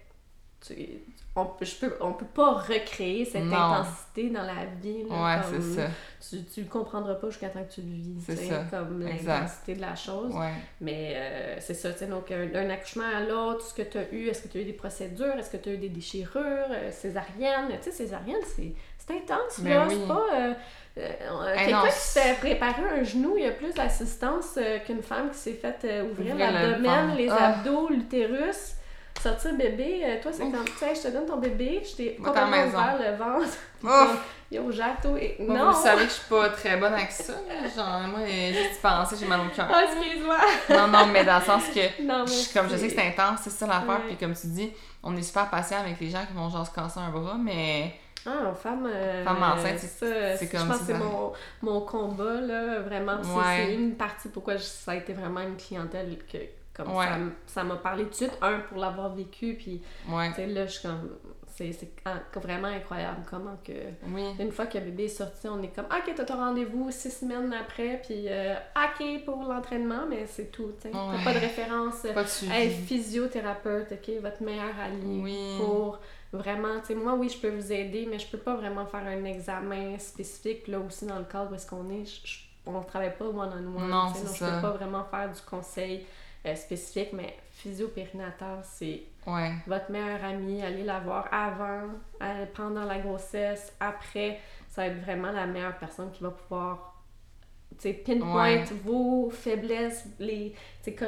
on peut pas recréer cette intensité dans la vie, là. Ouais, comme, c'est ça. Tu le comprendras pas jusqu'à temps que tu le vis, C'est tu sais, ça. comme Exact. l'intensité de la chose. Ouais. Mais c'est ça, tu sais, donc un accouchement à l'autre, ce que tu as eu, est-ce que tu as eu des procédures, est-ce que tu as eu des déchirures, césarienne, tu sais, césarienne, c'est intense, Mais là, oui. c'est pas... quelqu'un qui se fait préparer un genou, il y a plus d'assistance qu'une femme qui s'est fait ouvrir l'abdomen, les abdos, l'utérus, sortir bébé. Toi, c'est quand, tu sais, je te donne ton bébé, je t'ai complètement ouvert le ventre. Yo, Jato, et non! Vous savez que je suis pas très bonne avec ça. Genre, moi, juste y penser, j'ai mal au cœur. Ah, excuse-moi! Non, mais dans le sens que, non, comme je sais que c'est intense, c'est ça l'affaire, Ouais. puis comme tu dis, on est super patient avec les gens qui vont genre se casser un bras, mais... Femme enceinte, c'est comme je pense que c'est mon combat, là, vraiment. Ouais. C'est une partie pourquoi ça a été vraiment une clientèle que comme Ouais. ça m'a parlé tout de suite, pour l'avoir vécu, puis Ouais. tu sais, là, je suis comme... C'est vraiment incroyable comment que... Oui. Une fois que le bébé est sorti, on est comme « OK, t'as ton rendez-vous 6 semaines après, puis OK pour l'entraînement, mais c'est tout, tu sais. Ouais. T'as pas de référence. Pas de suivi. Hey, physiothérapeute, OK, votre meilleur allié Oui. pour... Vraiment, tu sais, moi, oui, je peux vous aider, mais je peux pas vraiment faire un examen spécifique, là, aussi dans le cadre où est-ce qu'on est. On travaille pas one-on-one. Non, tu sais, c'est donc ça. je peux pas vraiment faire du conseil spécifique, mais physio-périnatal, c'est Ouais. votre meilleure amie. Allez la voir avant, pendant la grossesse, après. Ça va être vraiment la meilleure personne qui va pouvoir, tu sais, pinpoint vos faiblesses, les, tu sais,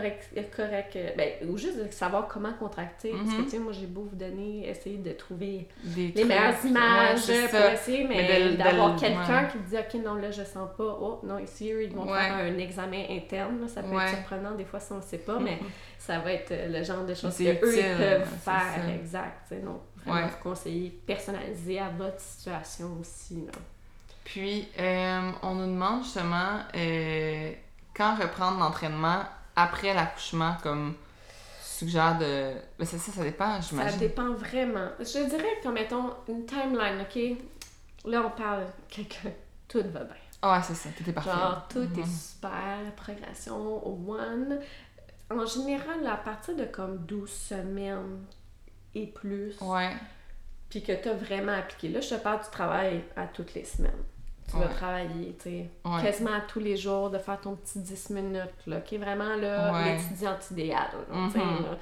ou juste de savoir comment contracter. Parce que, tu sais, moi, j'ai beau vous donner, essayer de trouver les meilleures images pour essayer, mais d'avoir quelqu'un qui dit, OK, non, là, je sens pas. Oh, non, ici, ils vont faire un examen interne. Là, ça peut être surprenant, des fois, si on ne sait pas, mais ça va être le genre de choses qu'eux, ils peuvent faire. Exact. Tu sais, donc, vraiment, vous conseiller personnalisé à votre situation aussi, là. Puis, on nous demande justement quand reprendre l'entraînement après l'accouchement, comme suggère de... Ben c'est ça dépend, j'imagine. Ça dépend vraiment. Je dirais que, mettons, une timeline, OK? Là, on parle quelqu'un, tout va bien. Ah ouais, c'est ça, tout est parfait. Genre, tout est super, progression au one. En général, à partir de comme 12 semaines et plus, puis que tu as vraiment appliqué. Là, je te parle du travail à toutes les semaines. Tu vas travailler, tu sais, quasiment tous les jours, de faire ton petit 10 minutes, là, qui est vraiment là, l'étudiante idéale. Tu sais, là.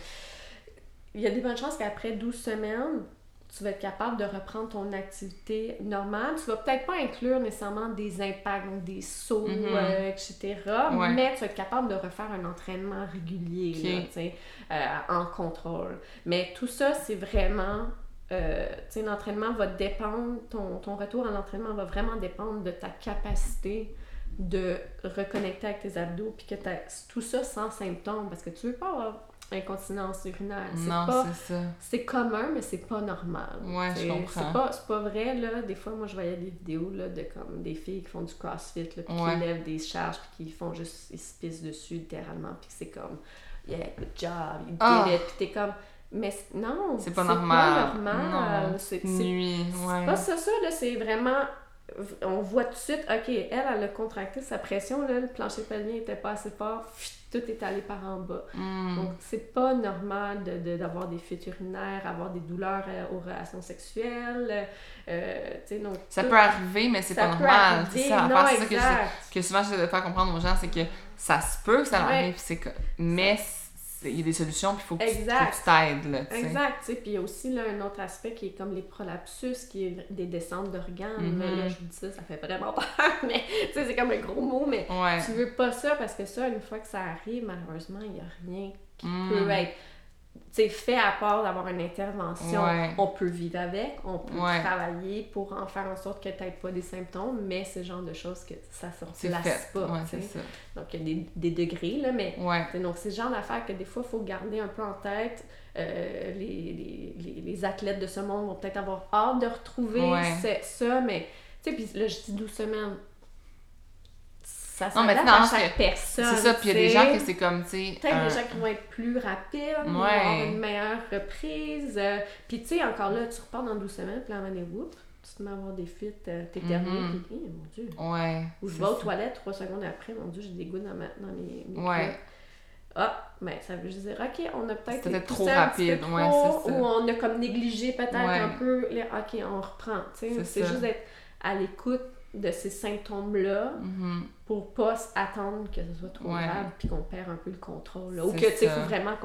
Il y a des bonnes chances qu'après 12 semaines, tu vas être capable de reprendre ton activité normale. Tu vas peut-être pas inclure nécessairement des impacts, donc des sauts, etc. Mais tu vas être capable de refaire un entraînement régulier, là, tu sais, en contrôle. Mais tout ça, c'est vraiment... tu sais, l'entraînement va dépendre, ton retour à l'entraînement va vraiment dépendre de ta capacité de reconnecter avec tes abdos, puis que tout ça sans symptômes, parce que tu veux pas avoir incontinence urinaire. C'est ça. C'est commun, mais c'est pas normal. Ouais, je comprends. C'est pas vrai, là. Des fois, moi, je voyais des vidéos, là, de comme des filles qui font du crossfit, là, puis qui lèvent des charges, puis qui font juste, ils se pissent dessus, littéralement, puis c'est comme, yeah, good job, you did it, puis t'es comme... Mais non, c'est pas normal. Pas normal. Non, c'est pas ça, là, c'est vraiment... On voit tout de suite, OK, elle a contracté sa pression, là, le plancher pelvien était pas assez fort, tout est allé par en bas. Donc, c'est pas normal d'avoir des fuites urinaires, avoir des douleurs aux relations sexuelles. Donc, ça peut arriver, mais c'est pas normal. C'est ça, c'est ça que souvent j'essaie de faire comprendre aux gens, c'est que ça se peut que ça arrive, mais il y a des solutions, puis il faut que tu t'aides, là, t'sais. Exact, tu sais, puis il y a aussi, là, un autre aspect qui est comme les prolapsus, qui est des descentes d'organes. Là, je vous dis ça fait vraiment peur, mais, tu sais, c'est comme un gros mot, mais tu veux pas ça, parce que ça, une fois que ça arrive, malheureusement, il y a rien qui peut être... Tu sais, fait à part d'avoir une intervention, on peut vivre avec, on peut travailler pour en faire en sorte que tu n'aies pas des symptômes, mais c'est le genre de choses que ça ne se replace pas. C'est ça. Donc, il y a des degrés, là, mais donc c'est le genre d'affaires que des fois, il faut garder un peu en tête. Les athlètes de ce monde vont peut-être avoir hâte de retrouver ça, mais tu sais, puis là, je dis 12 semaines. ça Non, mais s'adapte tu sais, à chaque personne. C'est ça, puis il y a des gens que c'est comme, tu sais... Peut-être des gens qui vont être plus rapides, qui vont avoir une meilleure reprise. Puis tu sais, encore là, tu repars dans 12 semaines, puis là, en année, whoop, tu te mets à avoir des fuites, t'es terminé, puis mon Dieu. Ouais. Ou je vais aux toilettes 3 secondes après, mon Dieu, j'ai des gouttes dans mes ouais. Ah, ben ça veut juste dire, ok, on a peut-être été trop rapide, trop, ouais, c'est ça. ou on a comme négligé peut-être un peu, ok, on reprend, tu sais, c'est juste d'être à l'écoute de ces symptômes-là pour pas attendre que ce soit trop grave puis qu'on perd un peu le contrôle, là. Ou que, tu sais, il faut vraiment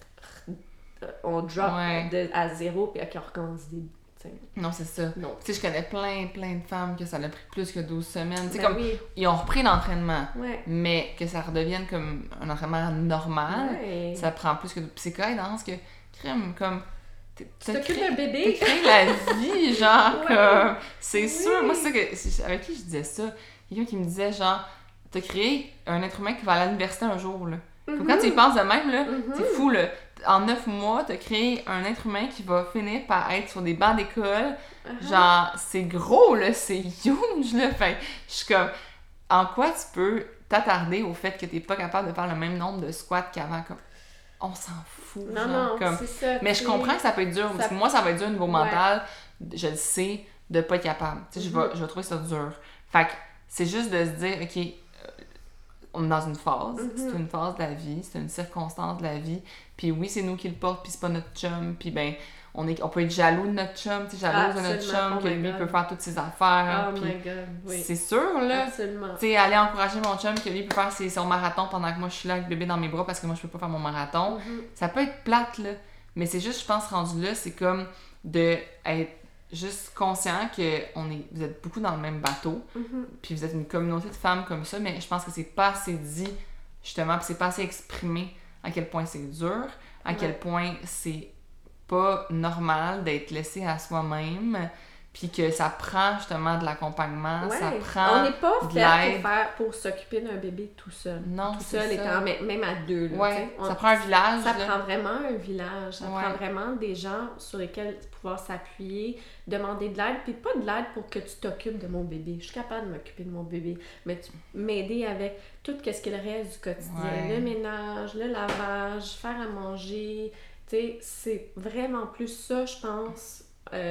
qu'on drop à zéro puis qu'on recommence des... Non, c'est ça. Tu sais, je connais plein de femmes que ça a pris plus que 12 semaines. Tu sais, ils ont repris l'entraînement, mais que ça redevienne comme un entraînement normal, ça prend plus que... Puis c'est correct dans ce que, crème, comme... Tu t'occupes d'un bébé? Tu crées la vie, genre, comme... C'est sûr. Moi, c'est ça que... Avec qui je disais ça? Quelqu'un qui me disait, genre, t'as créé un être humain qui va à l'université un jour, là. Comme quand tu y penses de même, là, c'est fou, là. En 9 mois, t'as créé un être humain qui va finir par être sur des bancs d'école. Genre, c'est gros, là, c'est huge, là. Fait je suis comme, en quoi tu peux t'attarder au fait que t'es pas capable de faire le même nombre de squats qu'avant? Comme, on s'en fout. Non, comme... c'est ça. Mais je comprends que ça peut être dur, parce que moi, ça va être dur au niveau mental, je le sais, de pas être capable. Tu sais, je vais trouver ça dur. Fait que c'est juste de se dire, OK, on est dans une phase, c'est une phase de la vie, c'est une circonstance de la vie, puis oui, c'est nous qui le porte, puis c'est pas notre chum, puis ben, on peut être jaloux de notre chum, tu sais, jalouse de notre chum, que lui peut faire toutes ses affaires, puis c'est sûr, là, tu sais, aller encourager mon chum, que lui peut faire son marathon pendant que moi je suis là avec le bébé dans mes bras, parce que moi je peux pas faire mon marathon, ça peut être plate, là, mais c'est juste, je pense, rendu là, c'est comme de être juste conscient que vous êtes beaucoup dans le même bateau, puis vous êtes une communauté de femmes comme ça, mais je pense que c'est pas assez dit, justement, puis c'est pas assez exprimé à quel point c'est dur, à quel point c'est pas normal d'être laissé à soi-même, puis que ça prend justement de l'accompagnement, ça prend on n'est pas de fait pour s'occuper d'un bébé tout seul. Non, tout seul, étant, même à deux. Là, ça prend un village. Ça prend vraiment un village. Ça prend vraiment des gens sur lesquels pouvoir s'appuyer, demander de l'aide, puis pas de l'aide pour que tu t'occupes de mon bébé. Je suis capable de m'occuper de mon bébé, mais m'aider avec tout ce qui est le reste du quotidien. Le ménage, le lavage, faire à manger. Tu sais, c'est vraiment plus ça, je pense,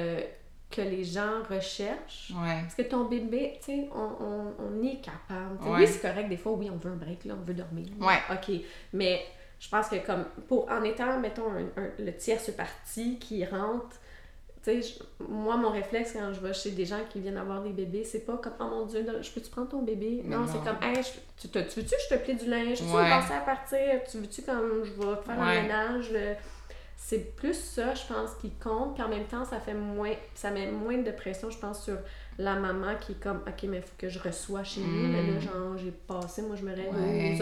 que les gens recherchent. Parce que ton bébé, tu sais, on est capable. Oui, c'est correct, des fois, oui, on veut un break, là, on veut dormir. OK, mais je pense que comme, en étant, mettons, le tierce parti qui rentre, tu sais, moi, mon réflexe quand je vais chez des gens qui viennent avoir des bébés, c'est pas comme, oh mon Dieu, je peux-tu prendre ton bébé? Non, c'est comme, hey, tu veux-tu que je te plie du linge? Tu veux passer à partir? Tu veux-tu comme, je vais faire un ménage? C'est plus ça, je pense, qui compte. Puis en même temps, ça met moins de pression, je pense, sur la maman qui est comme, OK, mais il faut que je reçois chez lui. Mais là, genre, j'ai passé, moi, je me réveille aux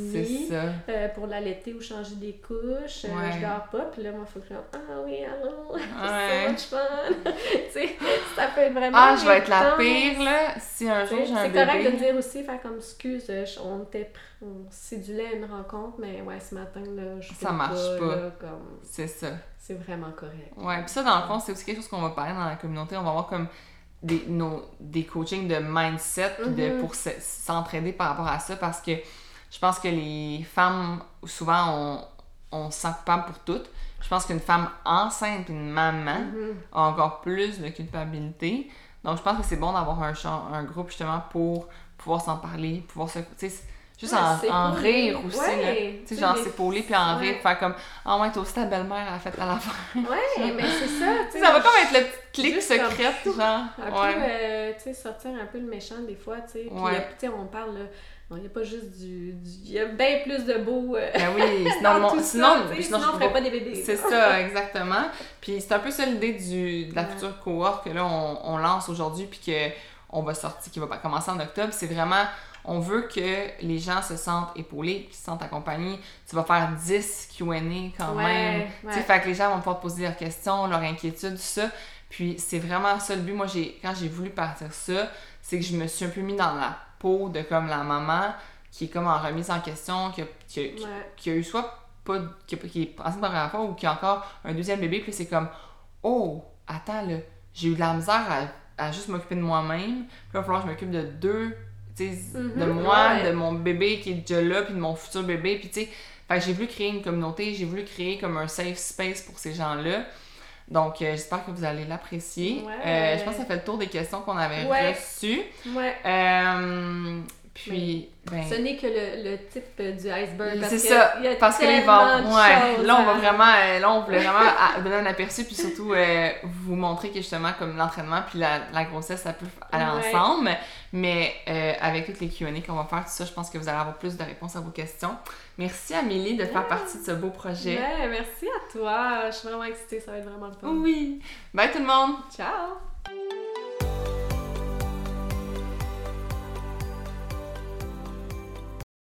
11h30 pour l'allaiter ou changer des couches. Je dors pas. Puis là, moi, il faut que je ah oui, allô, so much fun. Tu sais, ça peut être vraiment. Ah, je vais être la pire, là, si un jour j'ai un bébé. C'est correct de dire aussi, faire comme excuse, on cédulait à une rencontre, mais ouais, ce matin, là, je fais ça marche pas. Là, comme... C'est ça. C'est vraiment correct. Ouais, puis ça, dans le fond, c'est aussi quelque chose qu'on va parler dans la communauté. On va avoir comme des coachings de mindset pour s'entraider par rapport à ça, parce que je pense que les femmes, souvent, on se sent coupable pour toutes. Je pense qu'une femme enceinte et une maman a encore plus de culpabilité. Donc, je pense que c'est bon d'avoir un groupe, justement, pour pouvoir s'en parler, pouvoir se... Juste en rire aussi, là. Tu sais, genre s'épauler puis en rire, faire comme « Ah ouais, toi aussi ta belle-mère a fait à l'affaire. » Ouais, mais c'est ça, tu sais. Ça va comme être le petit clic secret, genre. Un peu, tu sais, sortir un peu le méchant des fois, tu sais. Puis, tu sais, on parle, là, il n'y a pas juste il y a bien plus de beau. Ben oui, sinon on ferait pas des bébés. C'est ça, exactement. Puis c'est un peu ça l'idée de la future cohorte que là, on lance aujourd'hui, puis qu'on va sortir, qui va commencer en octobre. C'est vraiment... On veut que les gens se sentent épaulés, qu'ils se sentent accompagnés. Tu vas faire 10 Q&A quand même. Tu sais, fait que les gens vont pouvoir poser leurs questions, leurs inquiétudes, tout ça. Puis c'est vraiment ça le but. Moi, quand j'ai voulu partir ça, c'est que je me suis un peu mis dans la peau de comme la maman qui est comme en remise en question, qui a eu soit pas... qui est enceinte pour la première fois ou qui a encore un deuxième bébé. Puis c'est comme, oh, attends là, j'ai eu de la misère à juste m'occuper de moi-même. Puis il va falloir que je m'occupe de deux tu sais, de moi, de mon bébé qui est déjà là, puis de mon futur bébé, puis tu sais, fait que j'ai voulu créer une communauté, j'ai voulu créer comme un safe space pour ces gens-là. Donc, j'espère que vous allez l'apprécier. Je pense que ça fait le tour des questions qu'on avait reçues. Puis, ce n'est que le type du iceberg. C'est ça, parce que là, on va vraiment, on voulait vraiment donner un aperçu, puis surtout vous montrer que justement, comme l'entraînement puis la grossesse, ça peut aller ensemble. Mais avec toutes les Q&A qu'on va faire, tout ça, je pense que vous allez avoir plus de réponses à vos questions. Merci Amélie de faire partie de ce beau projet. Merci à toi, je suis vraiment excitée, ça va être vraiment le fun. Oui, bye tout le monde! Ciao!